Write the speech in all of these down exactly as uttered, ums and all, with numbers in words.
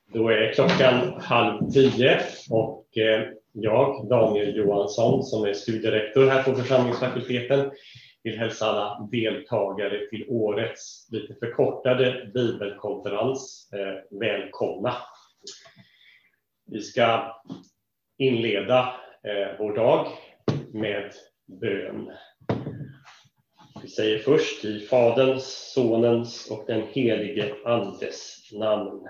Då är klockan halv tio och jag, Daniel Johansson, som är studierektor här på församlingsfakulteten, vill hälsa alla deltagare till årets lite förkortade bibelkonferens eh, välkomna. Vi ska inleda eh, vår dag med bön. Vi säger först i Faderns, Sonens och den helige Andes namn.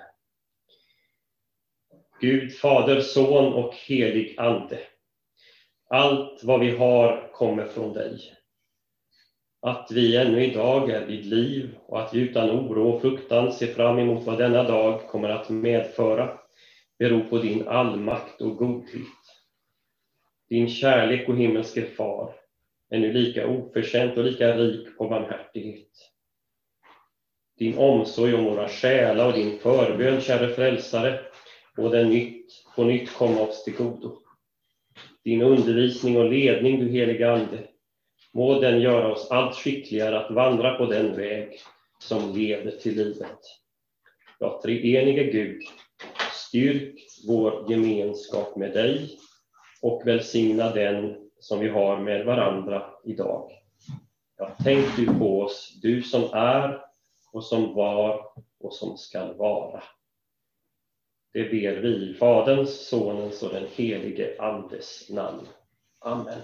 Gud, Fader, Son och helig Ande. Allt vad vi har kommer från dig. Att vi ännu idag är vid liv och att vi utan oro och fruktan ser fram emot vad denna dag kommer att medföra beror på din allmakt och godhet. Din kärlek och himmelske far är nu lika oförtjänt och lika rik på barmhärtighet. Din omsorg om våra själar och din förbön, kära frälsare, och den nytt, på nytt komma oss till godo. Din undervisning och ledning, du heliga Ande, må den göra oss allt skickligare att vandra på den väg som leder till livet. Ja, treenige Gud, styrk vår gemenskap med dig och välsigna den som vi har med varandra idag. Ja, tänk du på oss, du som är och som var och som ska vara. Det ber vi i Faderns, Sonens och den helige Andes namn. Amen.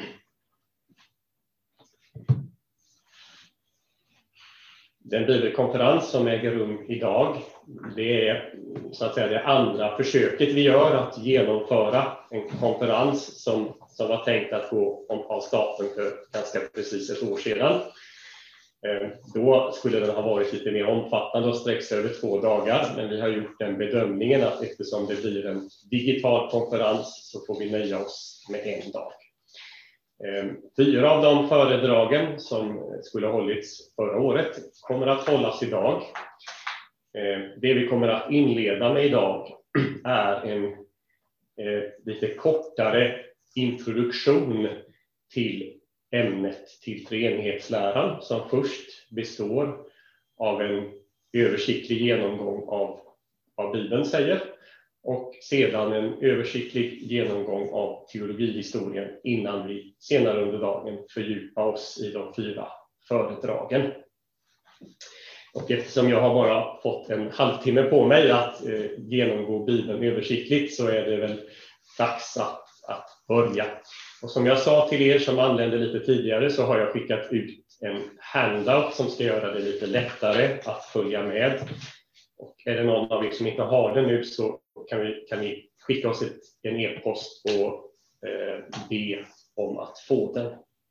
Den bibelkonferens som äger rum idag, det är så att säga det andra försöket vi gör att genomföra en konferens som, som var tänkt att gå om, av staten för ganska precis ett år sedan. Då skulle den ha varit lite mer omfattande och sträcks över två dagar, men vi har gjort den bedömningen att eftersom det blir en digital konferens så får vi nöja oss med en dag. Fyra av de föredragen som skulle ha hållits förra året kommer att hållas idag. Det vi kommer att inleda med idag är en lite kortare introduktion till ämnet, till treenighetsläran, som först består av en översiktlig genomgång av vad Bibeln säger och sedan en översiktlig genomgång av teologihistorien innan vi senare under dagen fördjupar oss i de fyra föredragen. Och eftersom jag har bara fått en halvtimme på mig att eh, genomgå Bibeln översiktligt så är det väl dags att, att börja. Och som jag sa till er som anlände lite tidigare så har jag skickat ut en handout som ska göra det lite lättare att följa med. Och är det någon av er som inte har den nu så kan, vi, kan ni skicka oss ett, en e-post och eh, be om att få den.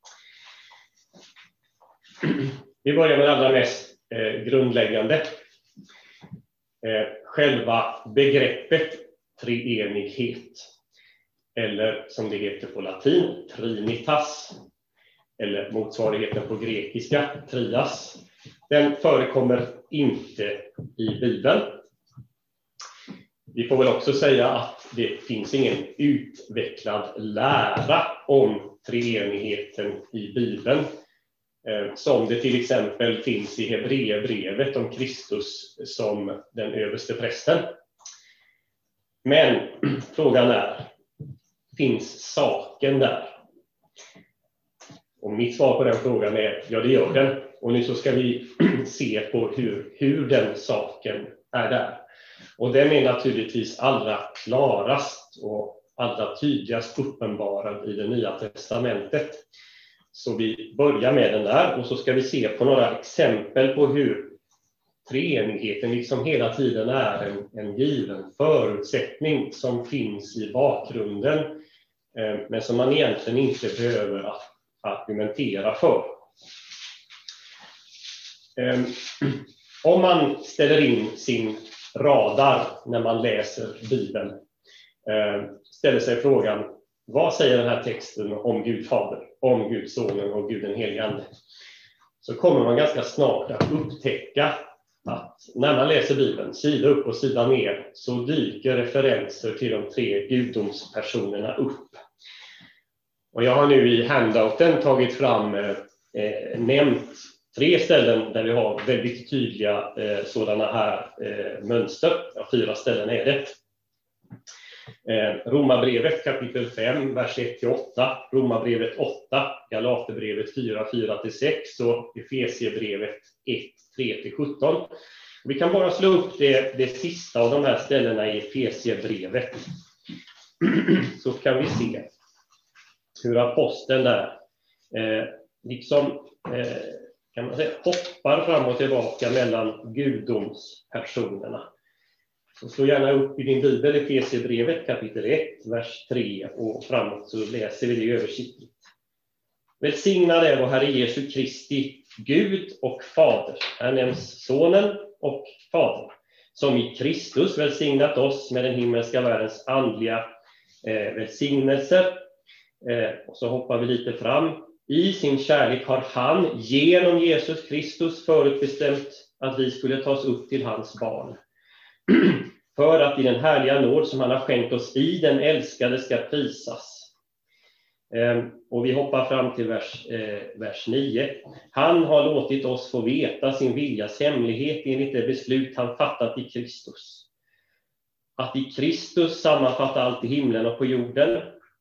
Vi börjar med det allra mest eh, grundläggande. Eh, själva begreppet treenighet. Eller som det heter på latin, trinitas, eller motsvarigheten på grekiska, trias. Den förekommer inte i Bibeln. Vi får väl också säga att det finns ingen utvecklad lära om treenigheten i Bibeln. Som det till exempel finns i Hebreerbrevet om Kristus som den överste prästen. Men frågan är, finns saken där? Och mitt svar på den frågan är, ja det gör den. Och nu så ska vi se på hur, hur den saken är där. Och den är naturligtvis allra klarast och allra tydligast uppenbarad i det nya testamentet. Så vi börjar med den där och så ska vi se på några exempel på hur treenigheten liksom hela tiden är en, en given förutsättning som finns i bakgrunden eh, men som man egentligen inte behöver argumentera för. Eh, om man ställer in sin radar när man läser Bibeln eh, ställer sig frågan, vad säger den här texten om Gud Fader, om Gud Sonen och Gud den helige Ande? Så kommer man ganska snart att upptäcka att när man läser Bibeln, sida upp och sida ner, så dyker referenser till de tre gudomspersonerna upp. Och jag har nu i handouten tagit fram, eh, nämnt tre ställen där vi har väldigt tydliga eh, sådana här eh, mönster. Ja, fyra ställen är det. Eh, Romarbrevet kapitel fem, vers ett till åtta. Romarbrevet åtta, Galaterbrevet fyra, fyra till sex och Efesierbrevet ett, tre till sjutton. Vi kan bara slå upp det, det sista av de här ställena i Efesierbrevet. Så kan vi se hur aposteln där eh, liksom eh, kan man säga, hoppar fram och tillbaka mellan gudomspersonerna. Så slå gärna upp i din bibel Efesierbrevet kapitel ett, vers tre och framåt, så läser vi det översiktligt. Välsignad är vår Herre Jesu Kristi Gud och Fader. Här nämns Sonen och Fadern, som i Kristus välsignat oss med den himmelska världens andliga eh, välsignelser. Eh, och så hoppar vi lite fram. I sin kärlek har han genom Jesus Kristus förutbestämt att vi skulle tas upp till hans barn. För att i den härliga nåd som han har skänkt oss i den älskade ska prisas. Eh, och vi hoppar fram till vers, eh, vers nio. Han har låtit oss få veta sin viljas hemlighet enligt det beslut han fattat i Kristus. Att i Kristus sammanfatta allt i himlen och på jorden.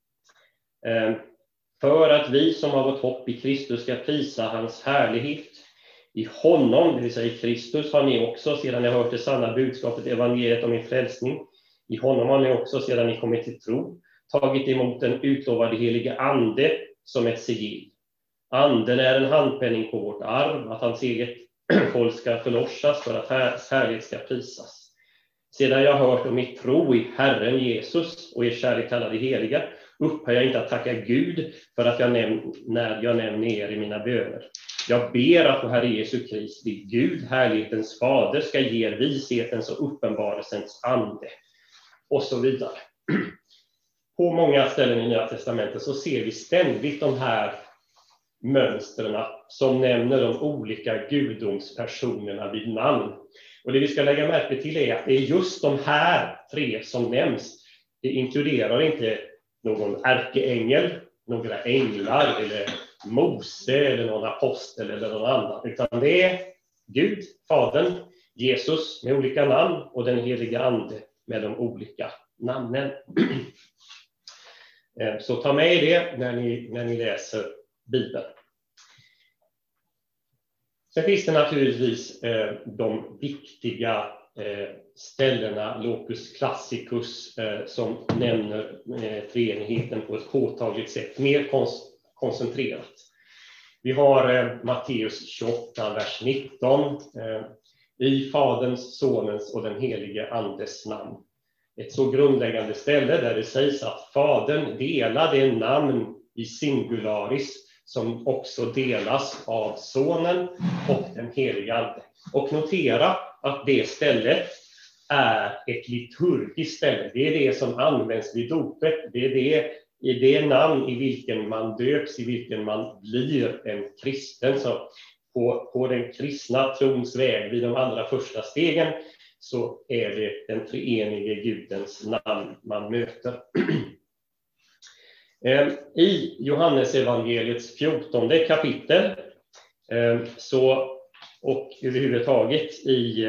Eh, för att vi som har vårt hopp i Kristus ska prisa hans härlighet. I honom, det vill säga i Kristus, har ni också, sedan ni har hört det sanna budskapet, evangeliet om er frälsning. I honom har ni också, sedan ni kommit till tro, tagit emot den utlovade helige ande som ett sigill. Anden är en handpenning på vårt arv, att hans eget folk ska förlossas för att hans härlighet ska prisas. Sedan jag hört om er tro i Herren Jesus och er kärlek kallade heliga, upphör jag inte att tacka Gud för att jag näm- när jag nämner er i mina böner. Jag ber att vår Herre Jesu Kristi Gud, härlighetens fader, ska ge er vishetens och uppenbarelsens ande. Och så vidare. På många ställen i Nya testamentet så ser vi ständigt de här mönstren som nämner de olika gudomspersonerna vid namn. Och det vi ska lägga märke till är att det är just de här tre som nämns. Det inkluderar inte någon ärkeängel, några änglar eller Mose eller någon apostel eller någon annan, utan det är Gud, Fadern, Jesus med olika namn och den heliga ande med de olika namnen. Så ta med det när ni, när ni läser Bibeln. Sen finns det naturligtvis eh, de viktiga eh, ställena, locus classicus, eh, som nämner eh, treenigheten på ett påtagligt sätt, mer kons- koncentrerat. Vi har eh, Matteus tjugoåtta, vers nitton. Eh, I Faderns, Sonens och den helige Andes namn. Ett så grundläggande ställe där det sägs att Fadern delar det namn i singularis som också delas av Sonen och den helige Ande. Och notera att det stället är ett liturgiskt ställe. Det är det som används vid dopet. Det är det, i det namn i vilken man döps, i vilken man blir en kristen. Så på, på den kristna trons väg vid de allra första stegen så är det den treenige Gudens namn man möter. I Johannes evangeliets fjortonde kapitel så, och överhuvudtaget i,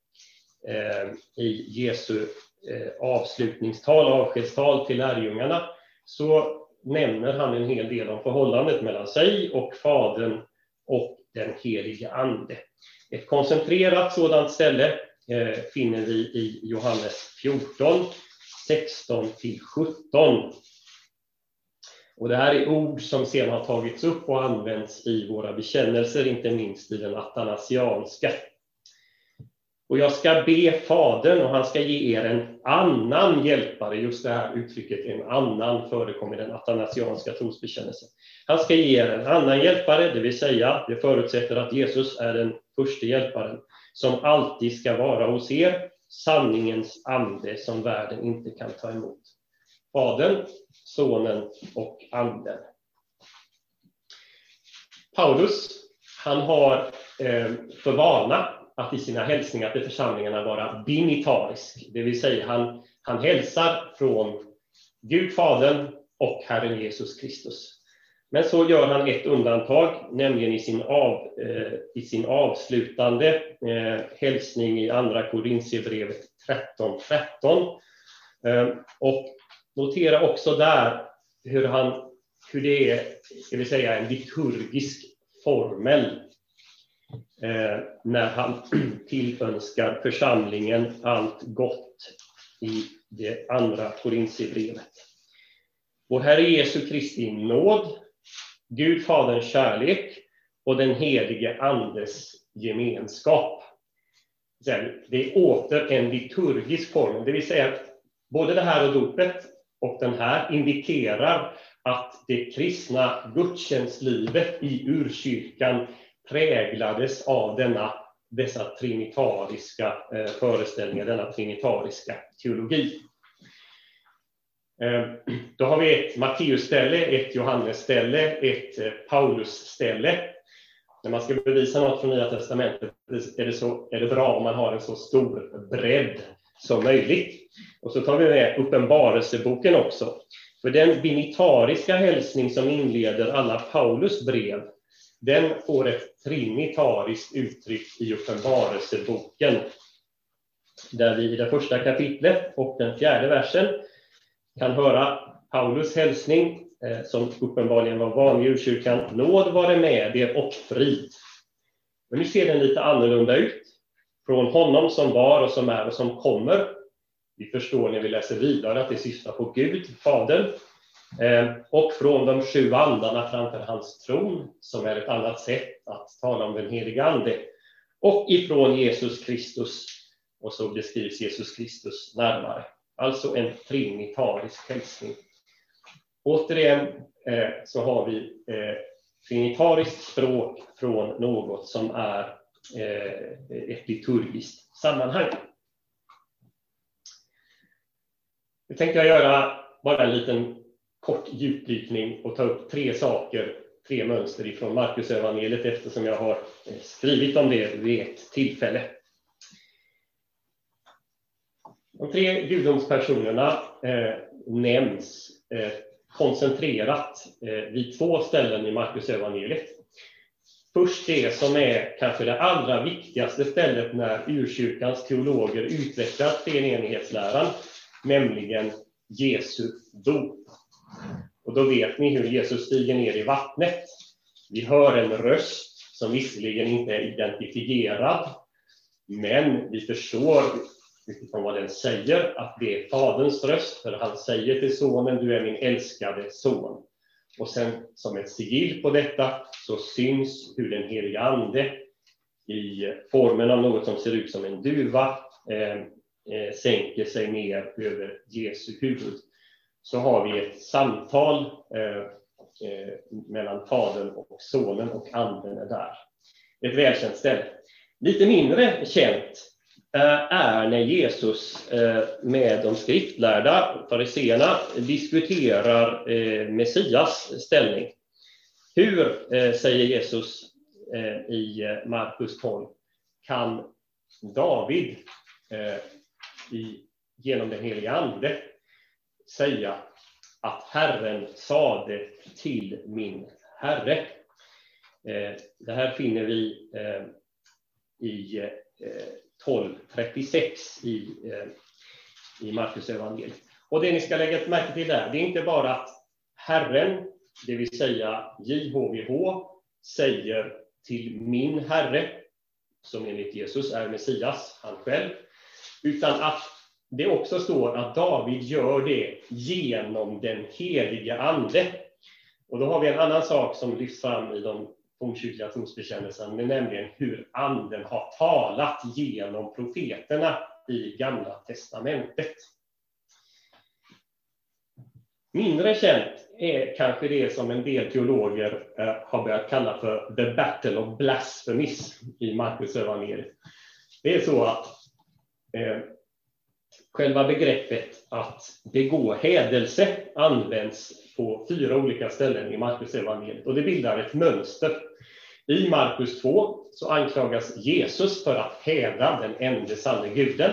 i Jesu avslutningstal, avskedstal till lärjungarna, så nämner han en hel del om förhållandet mellan sig och Fadern och den helige Ande. Ett koncentrerat sådant ställe finner vi i Johannes fjorton, sexton till sjutton. Och det här är ord som sedan har tagits upp och används i våra bekännelser, inte minst i den athanasianska. Och jag ska be Fadern och han ska ge er en annan hjälpare. Just det här uttrycket, en annan, förekommer i den athanasianska trosbekännelsen. Han ska ge er en annan hjälpare, det vill säga det förutsätter att Jesus är den första hjälparen, som alltid ska vara hos er, sanningens ande som världen inte kan ta emot. Fadern, Sonen och Anden. Paulus, han har eh, för vana att i sina hälsningar till församlingarna vara binitarisk. Det vill säga han, han hälsar från Gud Fadern och Herren Jesus Kristus. Men så gör han ett undantag, nämligen i sin, av, eh, i sin avslutande eh, hälsning i andra Korintierbrevet tretton tretton. Eh, och notera också där hur, han, hur det är, ska vi säga, en liturgisk formel eh, när han tillönskar församlingen allt gott i det andra Korintierbrevet. Vår Herre Jesu Kristi nåd, Gud Faderns kärlek och den helige Andes gemenskap. Det är åter en liturgisk form, det vill säga att både det här och dopet och den här indikerar att det kristna gudstjänstlivet i urkyrkan präglades av denna, dessa trinitariska eh, föreställningar, denna trinitariska teologi. Då har vi ett Matteus-ställe, ett Johannes-ställe, ett Paulus-ställe. När man ska bevisa något från Nya testamentet är det, så, är det bra om man har en så stor bredd som möjligt. Och så tar vi med Uppenbarelseboken också. För den binitariska hälsning som inleder alla Paulus brev, den får ett trinitariskt uttryck i Uppenbarelseboken. Där vi i det första kapitlet och den fjärde versen kan höra Paulus hälsning eh, som uppenbarligen var vanlig i urkyrkan. Nåd vare med er och frid. Men nu ser den lite annorlunda ut. Från honom som var och som är och som kommer. Vi förstår när vi läser vidare att det syftar på Gud, Fadern. Eh, och från de sju andarna framför hans tron, som är ett annat sätt att tala om den heliga ande. Och ifrån Jesus Kristus, och så beskrivs Jesus Kristus närmare. Alltså en trinitarisk hälsning. Återigen eh, så har vi eh, trinitariskt språk från något som är eh, ett liturgiskt sammanhang. Nu tänkte jag göra bara en liten kort djupdykning och ta upp tre saker, tre mönster ifrån Markus evangeliet eftersom jag har skrivit om det vid ett tillfälle. De tre gudomspersonerna eh, nämns eh, koncentrerat eh, vid två ställen i Markus evangeliet. Först det som är kanske det allra viktigaste stället när urkyrkans teologer utvecklat treenighetsläran, nämligen Jesu dop. Och då vet ni hur Jesus stiger ner i vattnet. Vi hör en röst som visserligen inte är identifierad, men vi förstår utifrån vad den säger att det är Faderns röst, för han säger till sonen, du är min älskade son. Och sen som ett sigill på detta så syns hur den heliga ande i formen av något som ser ut som en duva eh, eh, sänker sig ner över Jesu huvud. Så har vi ett samtal eh, eh, mellan Fadern och sonen, och anden är där. Ett välkänt ställe. Lite mindre känt är när Jesus med de skriftlärda fariseerna diskuterar Messias ställning. Hur, säger Jesus i Markus tolv, kan David genom den heliga ande säga att Herren sade till min Herre? Det här finner vi i tolv trettiosex i, i Markus evangeliet. Och det ni ska lägga ett märke till där, det är inte bara att Herren, det vill säga J H V H, säger till min Herre, som enligt Jesus är Messias, han själv, utan att det också står att David gör det genom den helige ande. Och då har vi en annan sak som lyfts fram i de fornkyrkliga trosbekännelsen, men nämligen hur anden har talat genom profeterna i Gamla testamentet. Mindre känt är kanske det som en del teologer eh, har börjat kalla för the battle of blasphemies i Markus evangeliet. Det är så att eh, själva begreppet att begå hädelse används på fyra olika ställen i Markus evangeliet, och det bildar ett mönster. I Markus två så anklagas Jesus för att häda den enda sanne guden.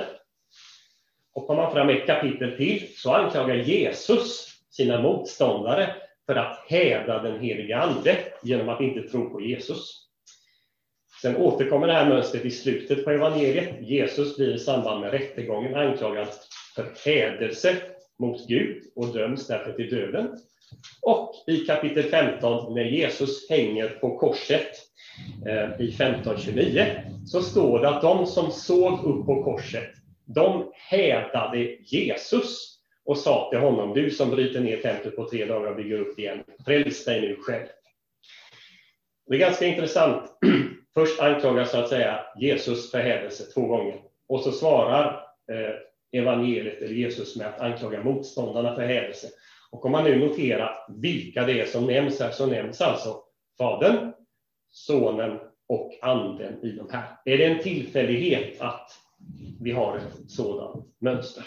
Och kommer man fram ett kapitel till så anklagar Jesus sina motståndare för att häda den heliga ande genom att inte tro på Jesus. Sen återkommer det här mönstret i slutet på evangeliet. Jesus blir i samband med rättegången anklagad för hädelse mot Gud och döms därför till döden. Och i kapitel femton, när Jesus hänger på korset eh, i femton tjugonio, så står det att de som såg upp på korset, de hädade Jesus och sa till honom: du som bryter ner templet på tre dagar och bygger upp igen, fräls dig nu själv. Det är ganska intressant. Först anklagas så att säga Jesus för hädelse två gånger. Och så svarar eh, evangeliet eller Jesus med att anklaga motståndarna för hädelse. Och om man nu noterar vilka det är som nämns här, så nämns alltså Fadern, Sonen och Anden i de här. Är det en tillfällighet att vi har ett sådant mönster?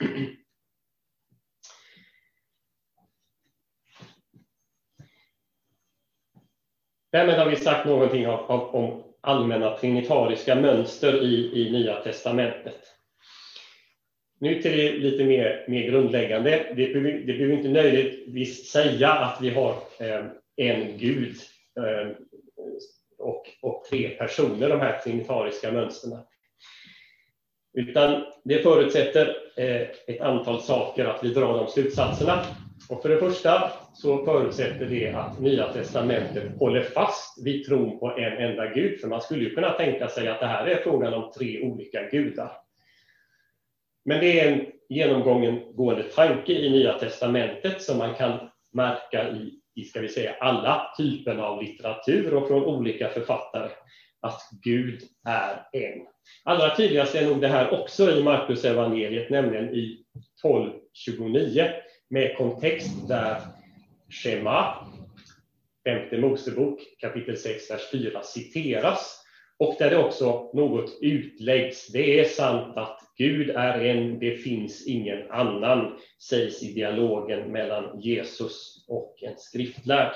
Därmed har vi sagt någonting om, om allmänna trinitariska mönster i, i Nya testamentet. Nu till det lite mer, mer grundläggande. Det behöver, det behöver inte nödvändigtvis säga att vi har eh, en Gud eh, och, och tre personer, de här trinitariska mönsterna. Utan det förutsätter eh, ett antal saker att vi drar de slutsatserna. Och för det första så förutsätter det att Nya testamentet håller fast vid tron på en enda Gud. För man skulle ju kunna tänka sig att det här är frågan om tre olika gudar. Men det är en genomgången gående tanke i Nya testamentet som man kan märka i, i ska vi säga, alla typer av litteratur och från olika författare. Att Gud är en. Allra tydligast är nog det här också i Markus evangeliet, nämligen i tolv tjugonio. Med kontext där Shema, femte Mosebok, kapitel sex, vers fyra citeras. Och där det också något utläggs. Det är sant att Gud är en, det finns ingen annan, sägs i dialogen mellan Jesus och en skriftlärd.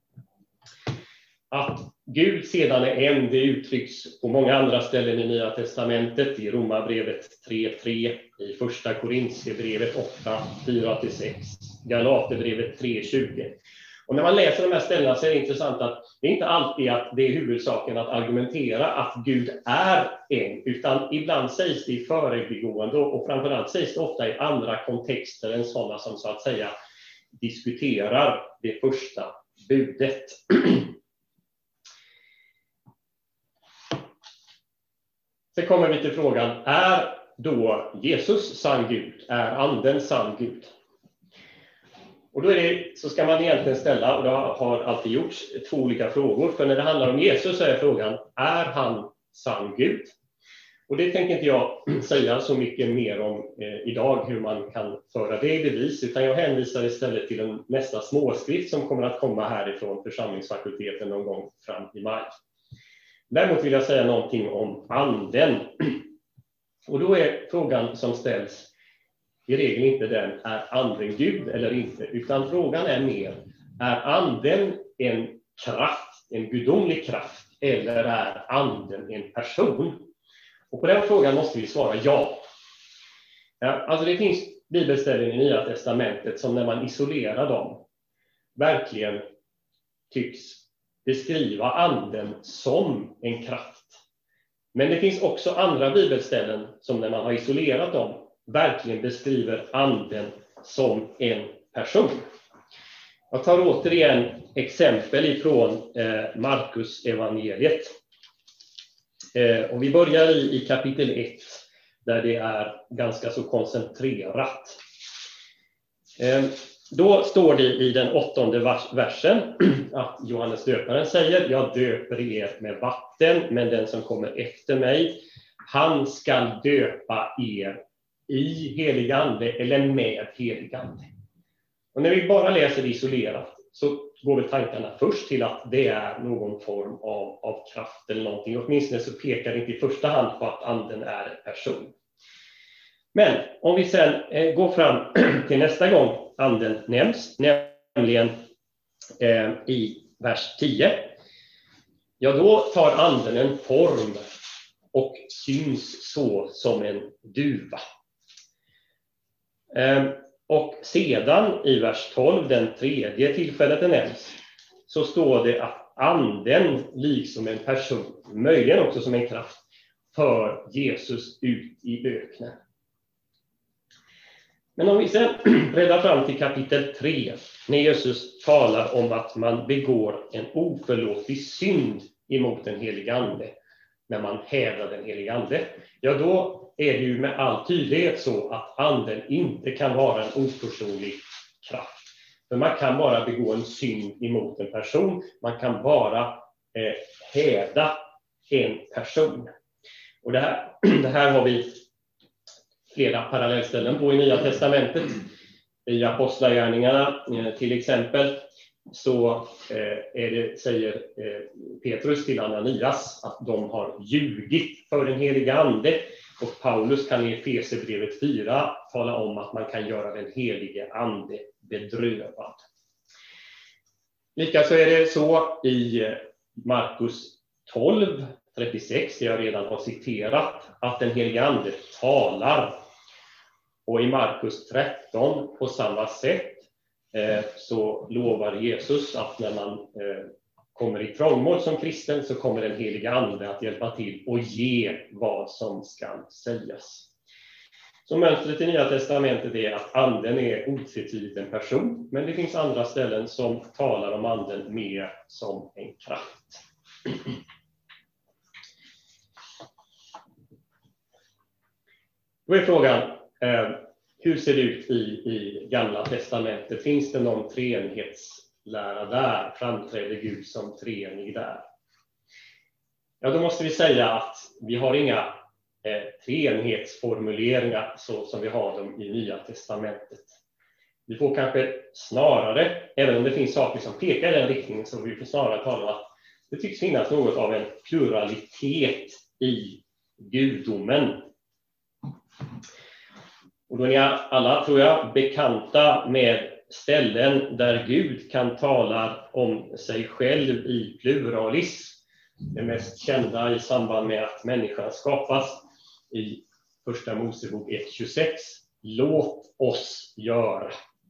Att Gud sedan är en, det uttrycks på många andra ställen i Nya testamentet, i Romarbrevet tre tre, i första Korinthierbrevet åtta fyra till sex, Galaterbrevet tre tjugo. Och när man läser de här ställena så är det intressant att det är inte alltid att det är huvudsaken att argumentera att Gud är en, utan ibland sägs det i föregående och framförallt sägs det ofta i andra kontexter än sådana som så att säga diskuterar det första budet. Så kommer vi till frågan, är då Jesus sann Gud? Är anden sann Gud? Och då är det, så ska man egentligen ställa, och det har alltid gjorts, två olika frågor. För när det handlar om Jesus så är frågan, är han sann Gud? Och det tänker inte jag säga så mycket mer om eh, idag, hur man kan föra det i bevis. Utan jag hänvisar istället till en nästa småskrift som kommer att komma härifrån församlingsfakulteten någon gång fram i maj. Däremot vill jag säga någonting om anden. Och då är frågan som ställs i regel inte den, är anden Gud eller inte? Utan frågan är mer, är anden en kraft, en gudomlig kraft, eller är anden en person? Och på den frågan måste vi svara ja. Ja, alltså det finns bibelställen i Nya testamentet som när man isolerar dem verkligen tycks beskriva anden som en kraft. Men det finns också andra bibelställen som när man har isolerat dem verkligen beskriver anden som en person. Jag tar återigen exempel ifrån eh, Markus evangeliet. Eh, och vi börjar i, i kapitel ett där det är ganska så koncentrerat. Eh, Då står det i den åttonde versen att Johannes döparen säger, jag döper er med vatten, men den som kommer efter mig, han ska döpa er i helig ande eller med helig ande. Och när vi bara läser det isolerat så går väl tankarna först till att det är någon form av, av kraft eller någonting. Åtminstone så pekar det inte i första hand på att anden är en person. Men om vi sen eh, går fram till nästa gång anden nämns, nämligen eh, i vers tio. Ja, då tar anden en form och syns så som en duva. Eh, Och sedan i vers tolv, den tredje tillfället det nämns, så står det att anden liksom en person, möjligen också som en kraft, för Jesus ut i öknen. Men om vi sen räddar fram till kapitel tre, när Jesus talar om att man begår en oförlåtlig synd emot den helige ande, när man hävdar den helige ande, ja då är det ju med all tydlighet så att anden inte kan vara en oförsonlig kraft. För man kan bara begå en synd emot en person, man kan bara eh, hävda en person. Och det här, det här har vi flera parallellställen på i Nya testamentet. I Apostlagärningarna eh, till exempel så eh, är det, säger eh, Petrus till Ananias att de har ljugit för den heliga ande. Och Paulus kan i Efesierbrevet fyra tala om att man kan göra den helige ande bedrövad. Likaså är det så i Markus tolv trettiosex, det jag redan har citerat, att den helige ande talar. Och i Markus tretton på samma sätt eh, så lovar Jesus att när man eh, kommer i trångmål som kristen så kommer den heliga ande att hjälpa till och ge vad som ska sägas. Så mönstret i Nya testamentet är att anden är otvetydigt en person, men det finns andra ställen som talar om anden mer som en kraft. Då är frågan, eh, hur ser det ut i, i Gamla testamentet? Finns det någon treenighetslära där? Framträder Gud som treenig där? Ja, då måste vi säga att vi har inga eh, treenighetsformuleringar så som vi har dem i Nya testamentet. Vi får kanske snarare, även om det finns saker som pekar i den riktningen, så vi får snarare tala om att det tycks finnas något av en pluralitet i gudomen. Och då är ni alla, tror jag, bekanta med ställen där Gud kan tala om sig själv i pluralis. Det mest kända i samband med att människan skapas i första Mosebok ett tjugosex. Låt oss göra.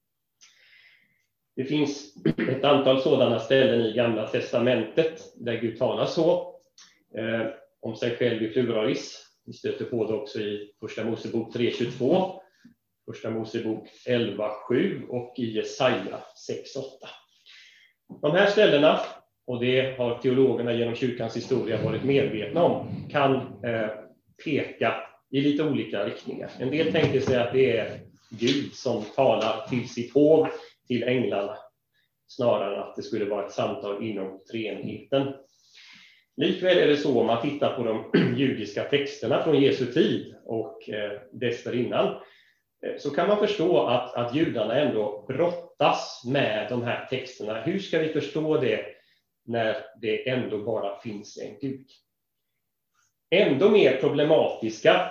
Det finns ett antal sådana ställen i Gamla testamentet där Gud talar så eh, om sig själv i pluralis. Vi stöter på det också i första Mosebok tre tjugotvå, första Mosebok elva sju och i Jesaja sex åtta. De här ställena, och det har teologerna genom kyrkans historia varit medvetna om, kan eh, peka i lite olika riktningar. En del tänker sig att det är Gud som talar till sitt hov, till änglarna, snarare än att det skulle vara ett samtal inom treenigheten. Likväl är det så om man tittar på de judiska texterna från Jesu tid och eh, dessförinnan, eh, så kan man förstå att, att judarna ändå brottas med de här texterna. Hur ska vi förstå det när det ändå bara finns en Gud? Ändå mer problematiska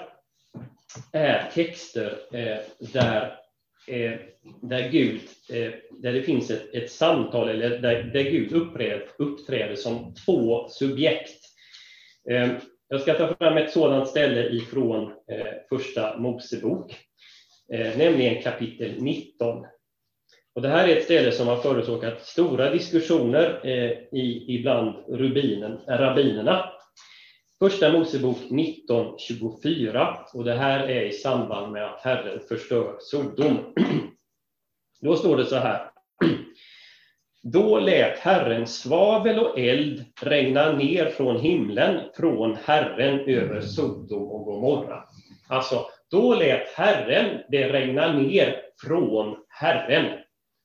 är texter eh, där, eh, där, Gud, eh, där det finns ett, ett samtal eller där, där Gud uppträder, uppträder som två subjekt. Eh, jag ska ta fram ett sådant ställe ifrån eh, första Mosebok, eh, nämligen kapitel nitton. Och det här är ett ställe som har förorsakat stora diskussioner eh, i, ibland rubinen, rabbinerna. Första Mosebok nitton tjugofyra, och det här är i samband med att Herren förstör Sodom. Då står det så här. Då lät Herren svavel och eld regna ner från himlen från Herren över Sodom och Gomorra. Alltså, då lät Herren det regna ner från Herren.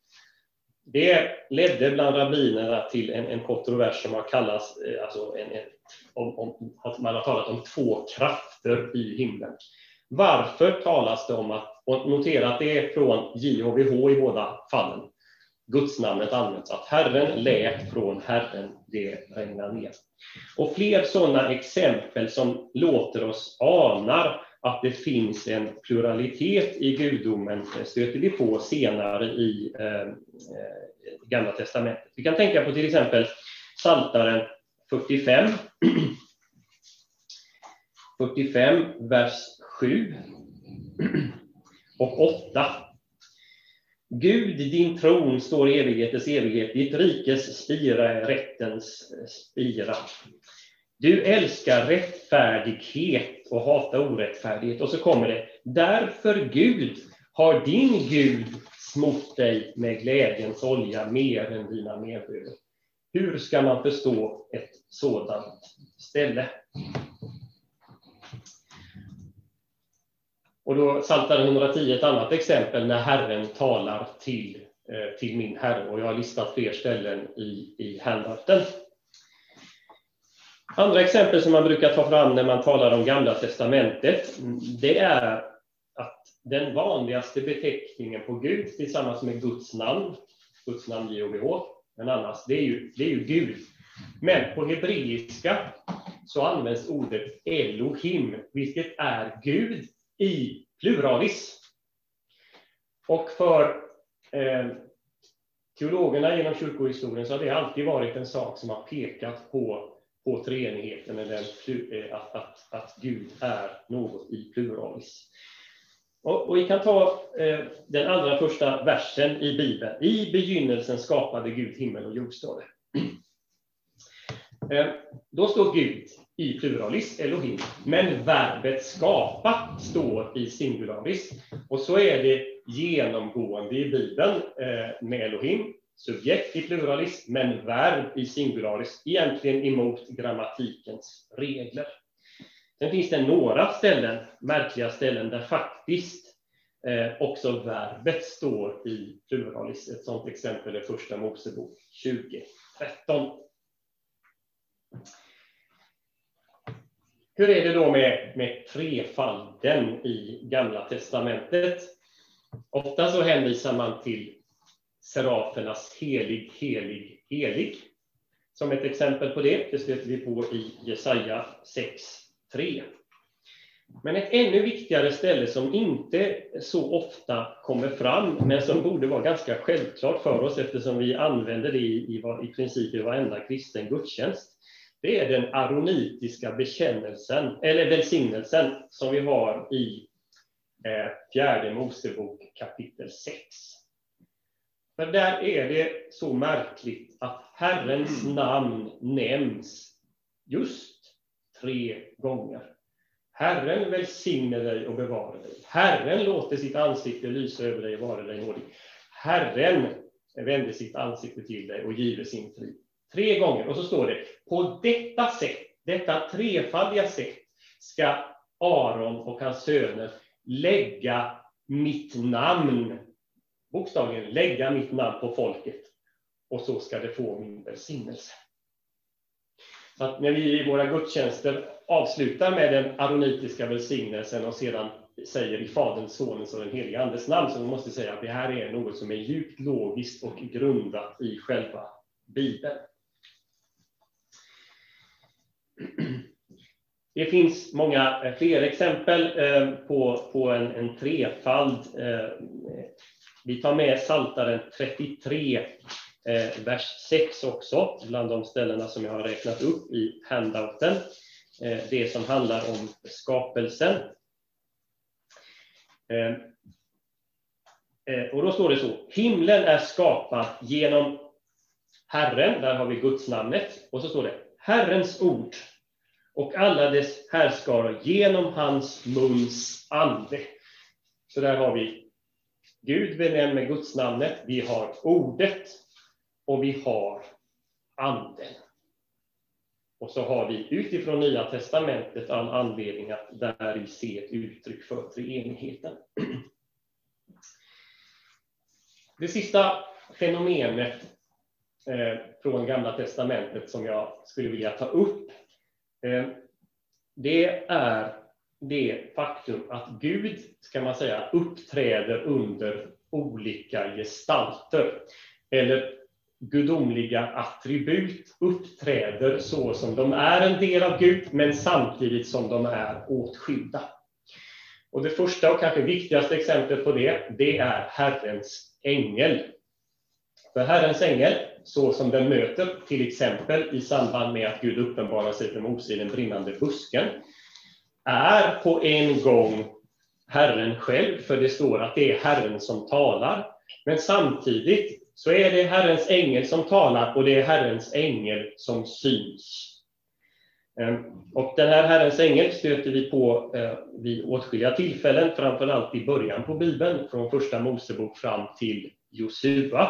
Det ledde bland rabbinerna till en, en kontrovers som har kallats, alltså en, en, om, om, att man har talat om två krafter i himlen. Varför talas det om att, och notera att det är från J H V H i båda fallen, Gudsnamnet används, att Herren lät från Herren det regna ner. Och fler sådana exempel som låter oss anar att det finns en pluralitet i gudomen stöter vi på senare i eh, Gamla testamentet. Vi kan tänka på till exempel Psaltaren fyrtiofem. fyrtiofem, vers sju och åtta. Gud, din tron står i evighetens evighet, ditt rikes spira är rättens spira. Du älskar rättfärdighet och hatar orättfärdighet. Och så kommer det, därför Gud har din Gud smort dig med glädjens olja mer än dina medbröder. Hur ska man förstå ett sådant ställe? Och då Psaltaren etthundratio ett annat exempel när Herren talar till, till min Herre. Och jag har listat fler ställen i, i handouten. Andra exempel som man brukar ta fram när man talar om Gamla testamentet, det är att den vanligaste beteckningen på Gud tillsammans med Guds namn, Guds namn J H V H, men annars, det är ju, det är ju Gud. Men på hebreiska så används ordet Elohim, vilket är Gud i pluralis. Och för eh, teologerna genom kyrkohistorien så har det alltid varit en sak som har pekat på på treenigheten, eller att, att, att Gud är något i pluralis. Och, och vi kan ta eh, den allra första versen i Bibeln. I begynnelsen skapade Gud himmel och jord, står det. Eh, då står Gud i pluralis, Elohim, men verbet skapa står i singularis. Och så är det genomgående i Bibeln eh, med Elohim. Subjekt i pluralis, men verb i singularis, egentligen emot grammatikens regler. Sen finns det några ställen, märkliga ställen, där faktiskt eh, också verbet står i pluralis. Ett sådant exempel är första Mosebok tjugo tretton. Hur är det då med, med trefalden i Gamla testamentet? Ofta så hänvisar man till serafernas helig, helig, helig. Som ett exempel på det, det stöter vi på i Jesaja sex tre. Men ett ännu viktigare ställe som inte så ofta kommer fram, men som borde vara ganska självklart för oss eftersom vi använder det i, i, i princip i varenda kristen gudstjänst, det är den aronitiska bekännelsen, eller välsignelsen som vi har i eh, fjärde Mosebok kapitel sex. För där är det så märkligt att Herrens namn nämns just tre gånger. Herren välsignar dig och bevarar dig. Herren låter sitt ansikte lysa över dig och vara dig nådig. Herren vänder sitt ansikte till dig och giver sin frid. Tre gånger. Och så står det, på detta sätt, detta trefaldiga sätt, ska Aron och hans söner lägga mitt namn, bokstavligen lägga mitt namn på folket. Och så ska det få min välsignelse. Så att när vi i våra gudstjänster avslutar med den aronitiska välsignelsen och sedan säger i Faderns, Sonens och den helige Andes namn, så måste jag säga att det här är något som är djupt logiskt och grundat i själva Bibeln. Det finns många fler exempel på, på en, en trefald. Vi tar med Psaltaren trettiotre, vers sex också, bland de ställena som jag har räknat upp i handouten. Det som handlar om skapelsen. Och då står det så, himlen är skapad genom Herren, där har vi Guds namnet, och så står det Herrens ord och alla dess härskaror genom hans muns ande. Så där har vi Gud benämnd med Guds namnet, vi har ordet och vi har anden. Och så har vi utifrån Nya testamentet all anledning att där vi ser ett uttryck för treenigheten. Det sista fenomenet eh, från Gamla testamentet som jag skulle vilja ta upp, eh, det är det faktum att Gud, ska man säga, uppträder under olika gestalter. Eller gudomliga attribut uppträder så som de är en del av Gud, men samtidigt som de är åtskilda. Och det första och kanske viktigaste exemplet på det, det är Herrens ängel. För Herrens ängel, så som den möter till exempel i samband med att Gud uppenbarar sig för Mose i den brinnande busken, är på en gång Herren själv, för det står att det är Herren som talar, Men samtidigt så är det Herrens ängel som talar och det är Herrens ängel som syns. Och den här Herrens ängel stöter vi på vid åtskilliga tillfällen, framförallt i början på Bibeln, från första Mosebok fram till Josua.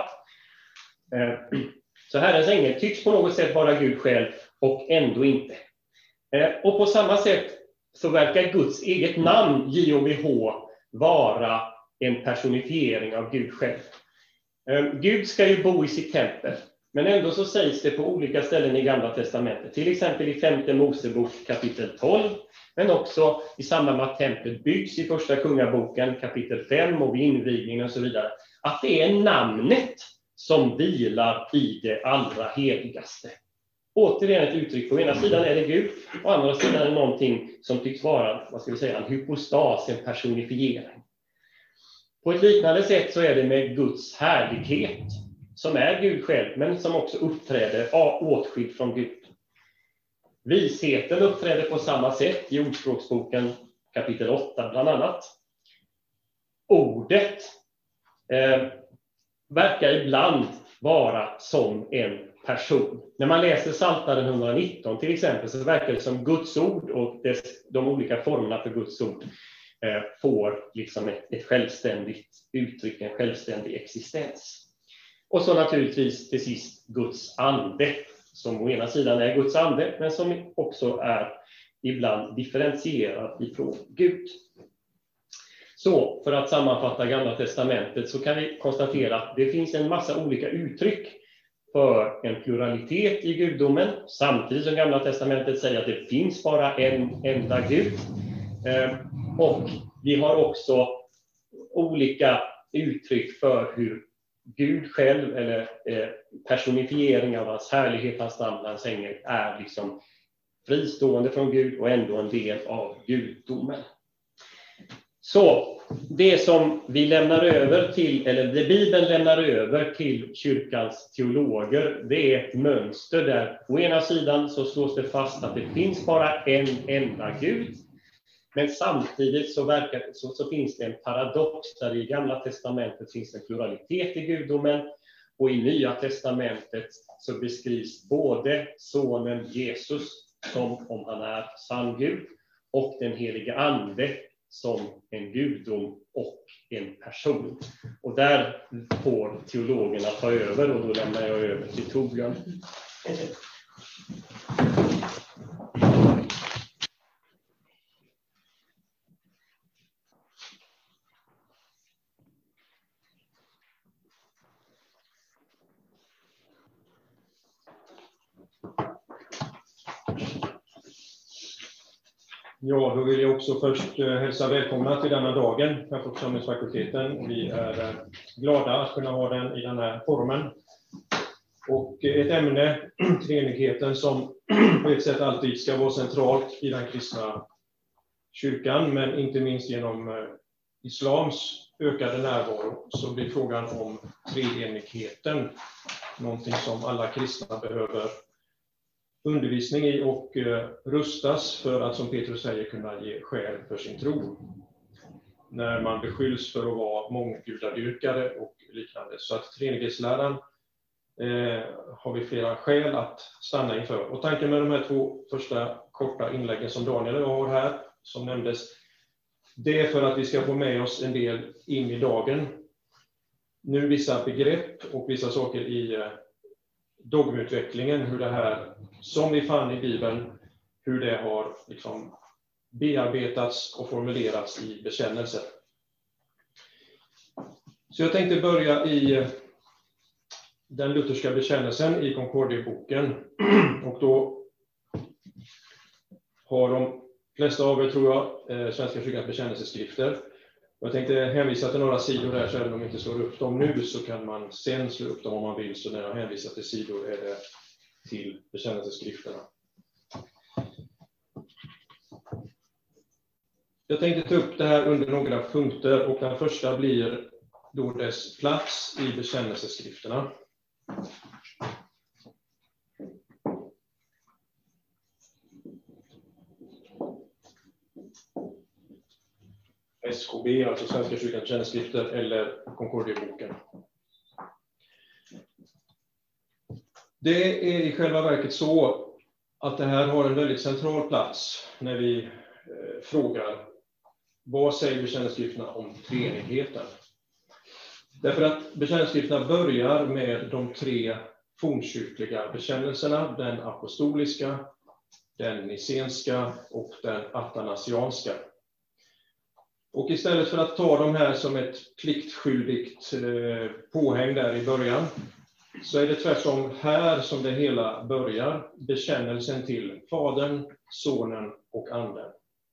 Så Herrens ängel tycks på något sätt vara Gud själv och ändå inte. Och på samma sätt så verkar Guds eget namn, J O V H, vara en personifiering av Gud själv. Gud ska ju bo i sitt tempel, men ändå så sägs det på olika ställen i Gamla testamentet. Till exempel i femte Mosebok kapitel tolv, men också i samband med att templet byggs i första kungaboken kapitel fem och vid invigningen och så vidare. Att det är namnet som vilar i det allra heligaste. Återigen ett uttryck, på ena sidan är det Gud, och andra sidan är det någonting som tycks vara, vad ska vi säga, en hypostas, en personifiering. På ett liknande sätt så är det med Guds härlighet, som är Gud själv, men som också uppträder åtskild från Gud. Visheten uppträder på samma sätt i Ordspråksboken kapitel åtta bland annat. Ordet eh, verkar ibland vara som en person. När man läser Psaltaren etthundranitton till exempel, så verkar det som Guds ord och dess, de olika formerna för Guds ord eh, får liksom ett, ett självständigt uttryck, en självständig existens. Och så naturligtvis till sist Guds ande, som å ena sidan är Guds ande, men som också är ibland differentierad ifrån Gud. Så för att sammanfatta Gamla testamentet så kan vi konstatera att det finns en massa olika uttryck för en pluralitet i gudomen, samtidigt som Gamla testamentet säger att det finns bara en enda Gud. Och vi har också olika uttryck för hur Gud själv, eller personifiering av hans härlighet, hans namn, hans ängel, är liksom fristående från Gud och ändå en del av gudomen. Så det som vi lämnar över till, eller det Bibeln lämnar över till kyrkans teologer, det är ett mönster där å ena sidan så slås det fast att det finns bara en enda Gud, men samtidigt så, verkar, så, så finns det en paradox där i Gamla testamentet finns en pluralitet i gudomen, och i Nya testamentet så beskrivs både sonen Jesus som om han är sann Gud och den helige ande som en gudom och en person. Och där får teologerna ta över, och då lämnar jag över till Torbjörn. Ja, då vill jag också först hälsa välkomna till denna dagen här på församlingsfakulteten. Vi är glada att kunna ha den i den här formen. Och ett ämne, treenigheten, som på ett sätt alltid ska vara centralt i den kristna kyrkan, men inte minst genom islams ökade närvaro, så blir frågan om treenigheten någonting som alla kristna behöver undervisning i och eh, rustas för att, som Petrus säger, kunna ge skäl för sin tro. När man beskylls för att vara månggudadyrkare och liknande. Så att treenighetsläran eh, har vi flera skäl att stanna inför. Och tanken med de här två första korta inläggen som Daniel och jag har här, som nämndes, det är för att vi ska få med oss en del in i dagen. Nu vissa begrepp och vissa saker i eh, dogmutvecklingen, hur det här, som vi fann i Bibeln, hur det har liksom bearbetats och formulerats i bekännelser. Så jag tänkte börja i den lutherska bekännelsen i Concordieboken, och då har de flesta av er, tror jag, Svenska kyrkans bekännelseskrifter. Jag tänkte hänvisa till några sidor där, så även om de inte slår upp dem nu så kan man sen slå upp dem om man vill. Så när jag hänvisar till sidor är det till bekännelseskrifterna. Jag tänkte ta upp det här under några punkter, och den första blir då dess plats i bekännelseskrifterna. S K B, alltså Svenska kyrkans bekännelseskrifter, eller Concordieboken. Det är i själva verket så att det här har en väldigt central plats när vi eh, frågar vad säger bekännelseskrifterna om treenigheten. Därför att bekännelseskrifterna börjar med de tre fornkyrkliga bekännelserna, den apostoliska, den nicenska och den athanasianska. Och istället för att ta de här som ett pliktskyldigt eh, påhäng där i början, så är det tvärtom här som det hela börjar, bekännelsen till Fadern, Sonen och Anden.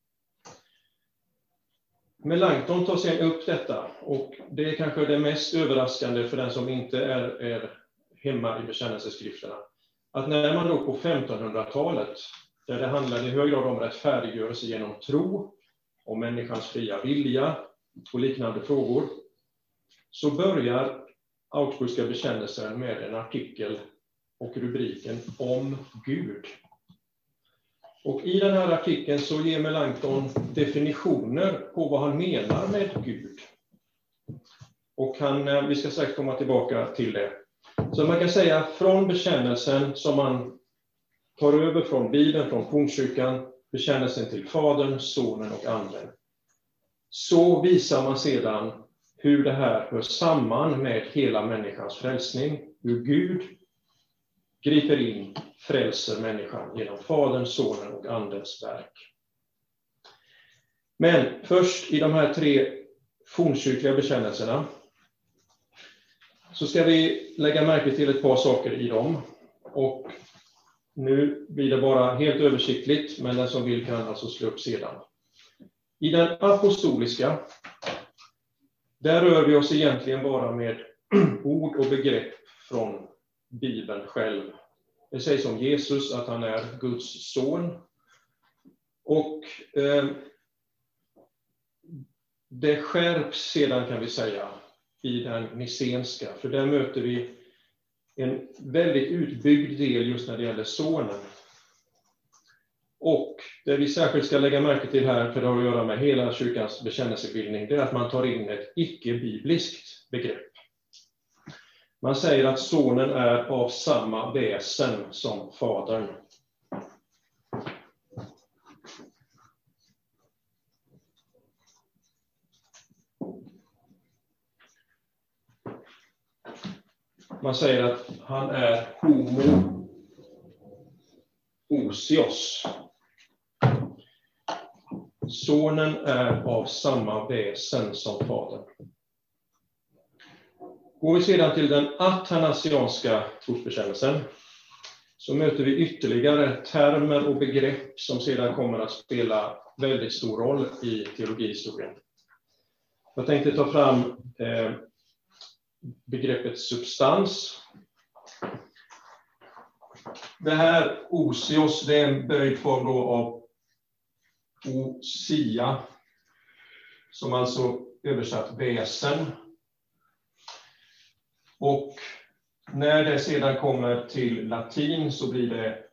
Melanchthon tar sedan upp detta, och det är kanske det mest överraskande för den som inte är, är hemma i bekännelseskrifterna. Att när man då på femtonhundratalet, där det handlade i hög grad om rättfärdiggörelse genom tro, om människans fria vilja och liknande frågor, så börjar Augsburgska bekännelsen med en artikel och rubriken om Gud. Och i den här artikeln så ger Melanchthon definitioner på vad han menar med Gud. Och han, vi ska strax komma tillbaka till det. Så man kan säga från bekännelsen som man tar över från Bibeln, från fornkyrkan, bekännelsen till Fadern, Sonen och Anden. Så visar man sedan hur det här hör samman med hela människans frälsning. Hur Gud griper in, frälser människan genom Fadern, Sonen och Andens verk. Men först i de här tre fornkyrkliga bekännelserna så ska vi lägga märke till ett par saker i dem. Och nu blir det bara helt översiktligt, men den som vill kan alltså slå upp sedan. I den apostoliska, där rör vi oss egentligen bara med ord och begrepp från Bibeln själv. Det sägs om Jesus att han är Guds son. Och eh, det skärps sedan, kan vi säga, i den nicenska. För där möter vi en väldigt utbyggd del just när det gäller sonen. Och det vi särskilt ska lägga märke till här, för det har att göra med hela kyrkans bekännelsebildning, det är att man tar in ett icke-bibliskt begrepp. Man säger att sonen är av samma väsen som fadern. Man säger att han är homo ousios. Sonen är av samma väsen som fadern. Går vi sedan till den athanasianska trosbekännelsen så möter vi ytterligare termer och begrepp som sedan kommer att spela väldigt stor roll i teologihistorien. Jag tänkte ta fram eh, begreppet substans. Det här osios, det är en böjd form då av osia, som alltså översatt väsen. Och när det sedan kommer till latin så blir det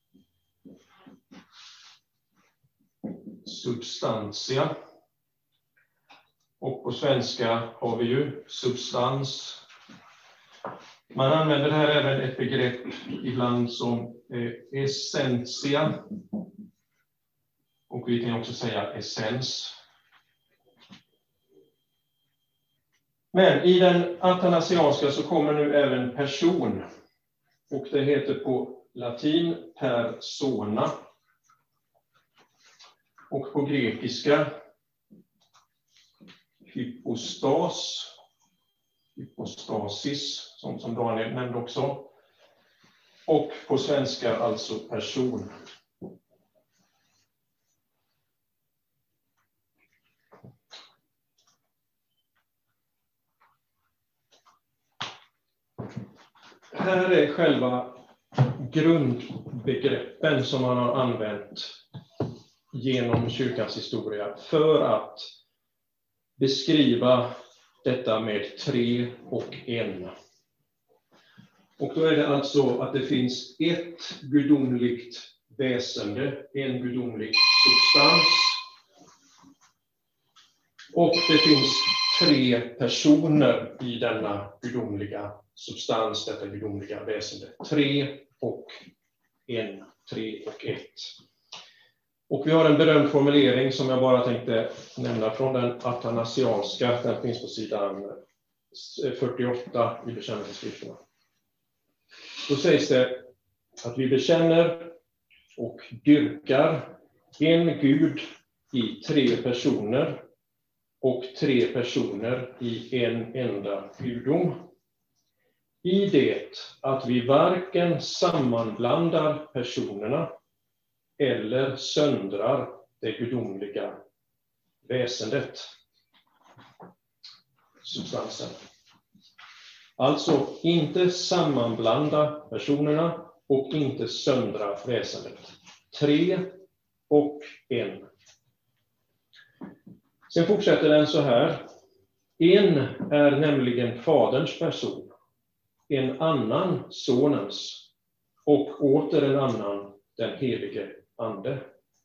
substantia. Och på svenska har vi ju substans. Man använder här även ett begrepp ibland som eh, essentia. Och vi kan också säga essens. Men i den athanasianska så kommer nu även person. Och det heter på latin persona. Och på grekiska hypostas. Hypostasis, som, som Daniel nämnde också. Och på svenska alltså person. Här är själva grundbegreppen som man har använt genom kyrkans historia för att beskriva detta med tre och en. Och då är det alltså att det finns ett gudomligt väsende, en gudomlig substans Och det finns tre personer i denna gudomliga substans, detta gudomliga väsende. Tre och en, tre och ett. Och vi har en berömd formulering som jag bara tänkte nämna från den atanasianska. Den finns på sidan fyrtioåtta i bekännelseskrifterna. Då sägs det att vi bekänner och dyrkar en Gud i tre personer och tre personer i en enda gudom. I det att vi varken sammanblandar personerna eller söndrar det gudomliga väsendet, substansen. Alltså inte sammanblanda personerna och inte söndra väsendet. Tre och en. Sen fortsätter den så här. En är nämligen faderns person, en annan sonens och åter en annan den helige ande.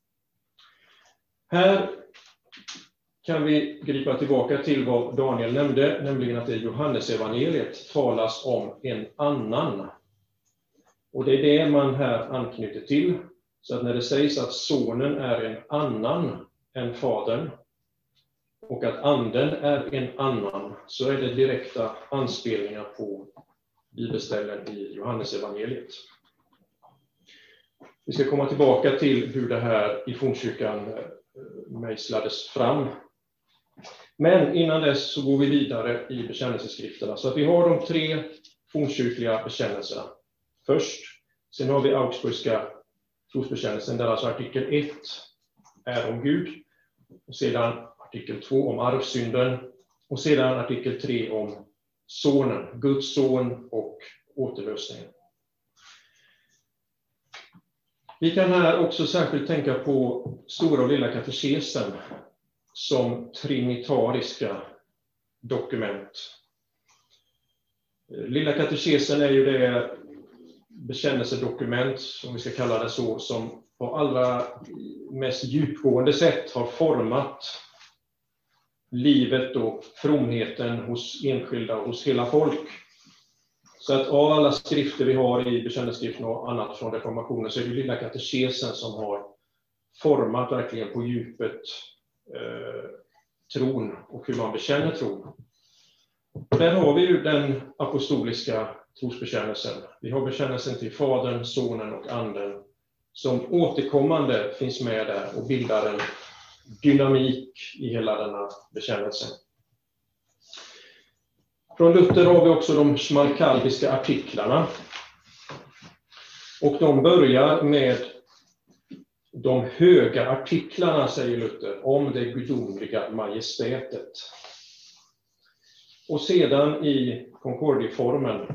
Här kan vi gripa tillbaka till vad Daniel nämnde, nämligen att det i Johannesevangeliet talas om en annan. Och det är det man här anknyter till. Så att när det sägs att sonen är en annan än fadern och att anden är en annan, så är det direkta anspelningar på bibelställen i Johannesevangeliet. Vi ska komma tillbaka till hur det här i fornkyrkan mejslades fram. Men innan dess så går vi vidare i bekännelseskrifterna. Så att vi har de tre fornkyrkliga bekännelserna. Först, sen har vi Augsburgska trosbekännelsen där alltså artikel ett är om Gud. Och sedan artikel två om arvsynden. Och sedan artikel tre om sonen, Guds son och återlösningen. Vi kan här också särskilt tänka på stora och lilla katekesen som trinitariska dokument. Lilla katekesen är ju det bekännelsedokument, som vi ska kalla det så, som på allra mest djupgående sätt har format livet och fromheten hos enskilda och hos hela folk. Så att av alla skrifter vi har i bekännelseskriften och annat från reformationen så är det lilla katekesen som har format verkligen på djupet eh, tron och hur man bekänner tron. Och där har vi ju den apostoliska trosbekännelsen. Vi har bekännelsen till Fadern, Sonen och Anden som återkommande finns med där och bildar en dynamik i hela denna bekännelse. Från Luther har vi också de schmalkaldiska artiklarna. Och de börjar med de höga artiklarna, säger Luther, om det gudomliga majestätet. Och sedan i Concordieformen,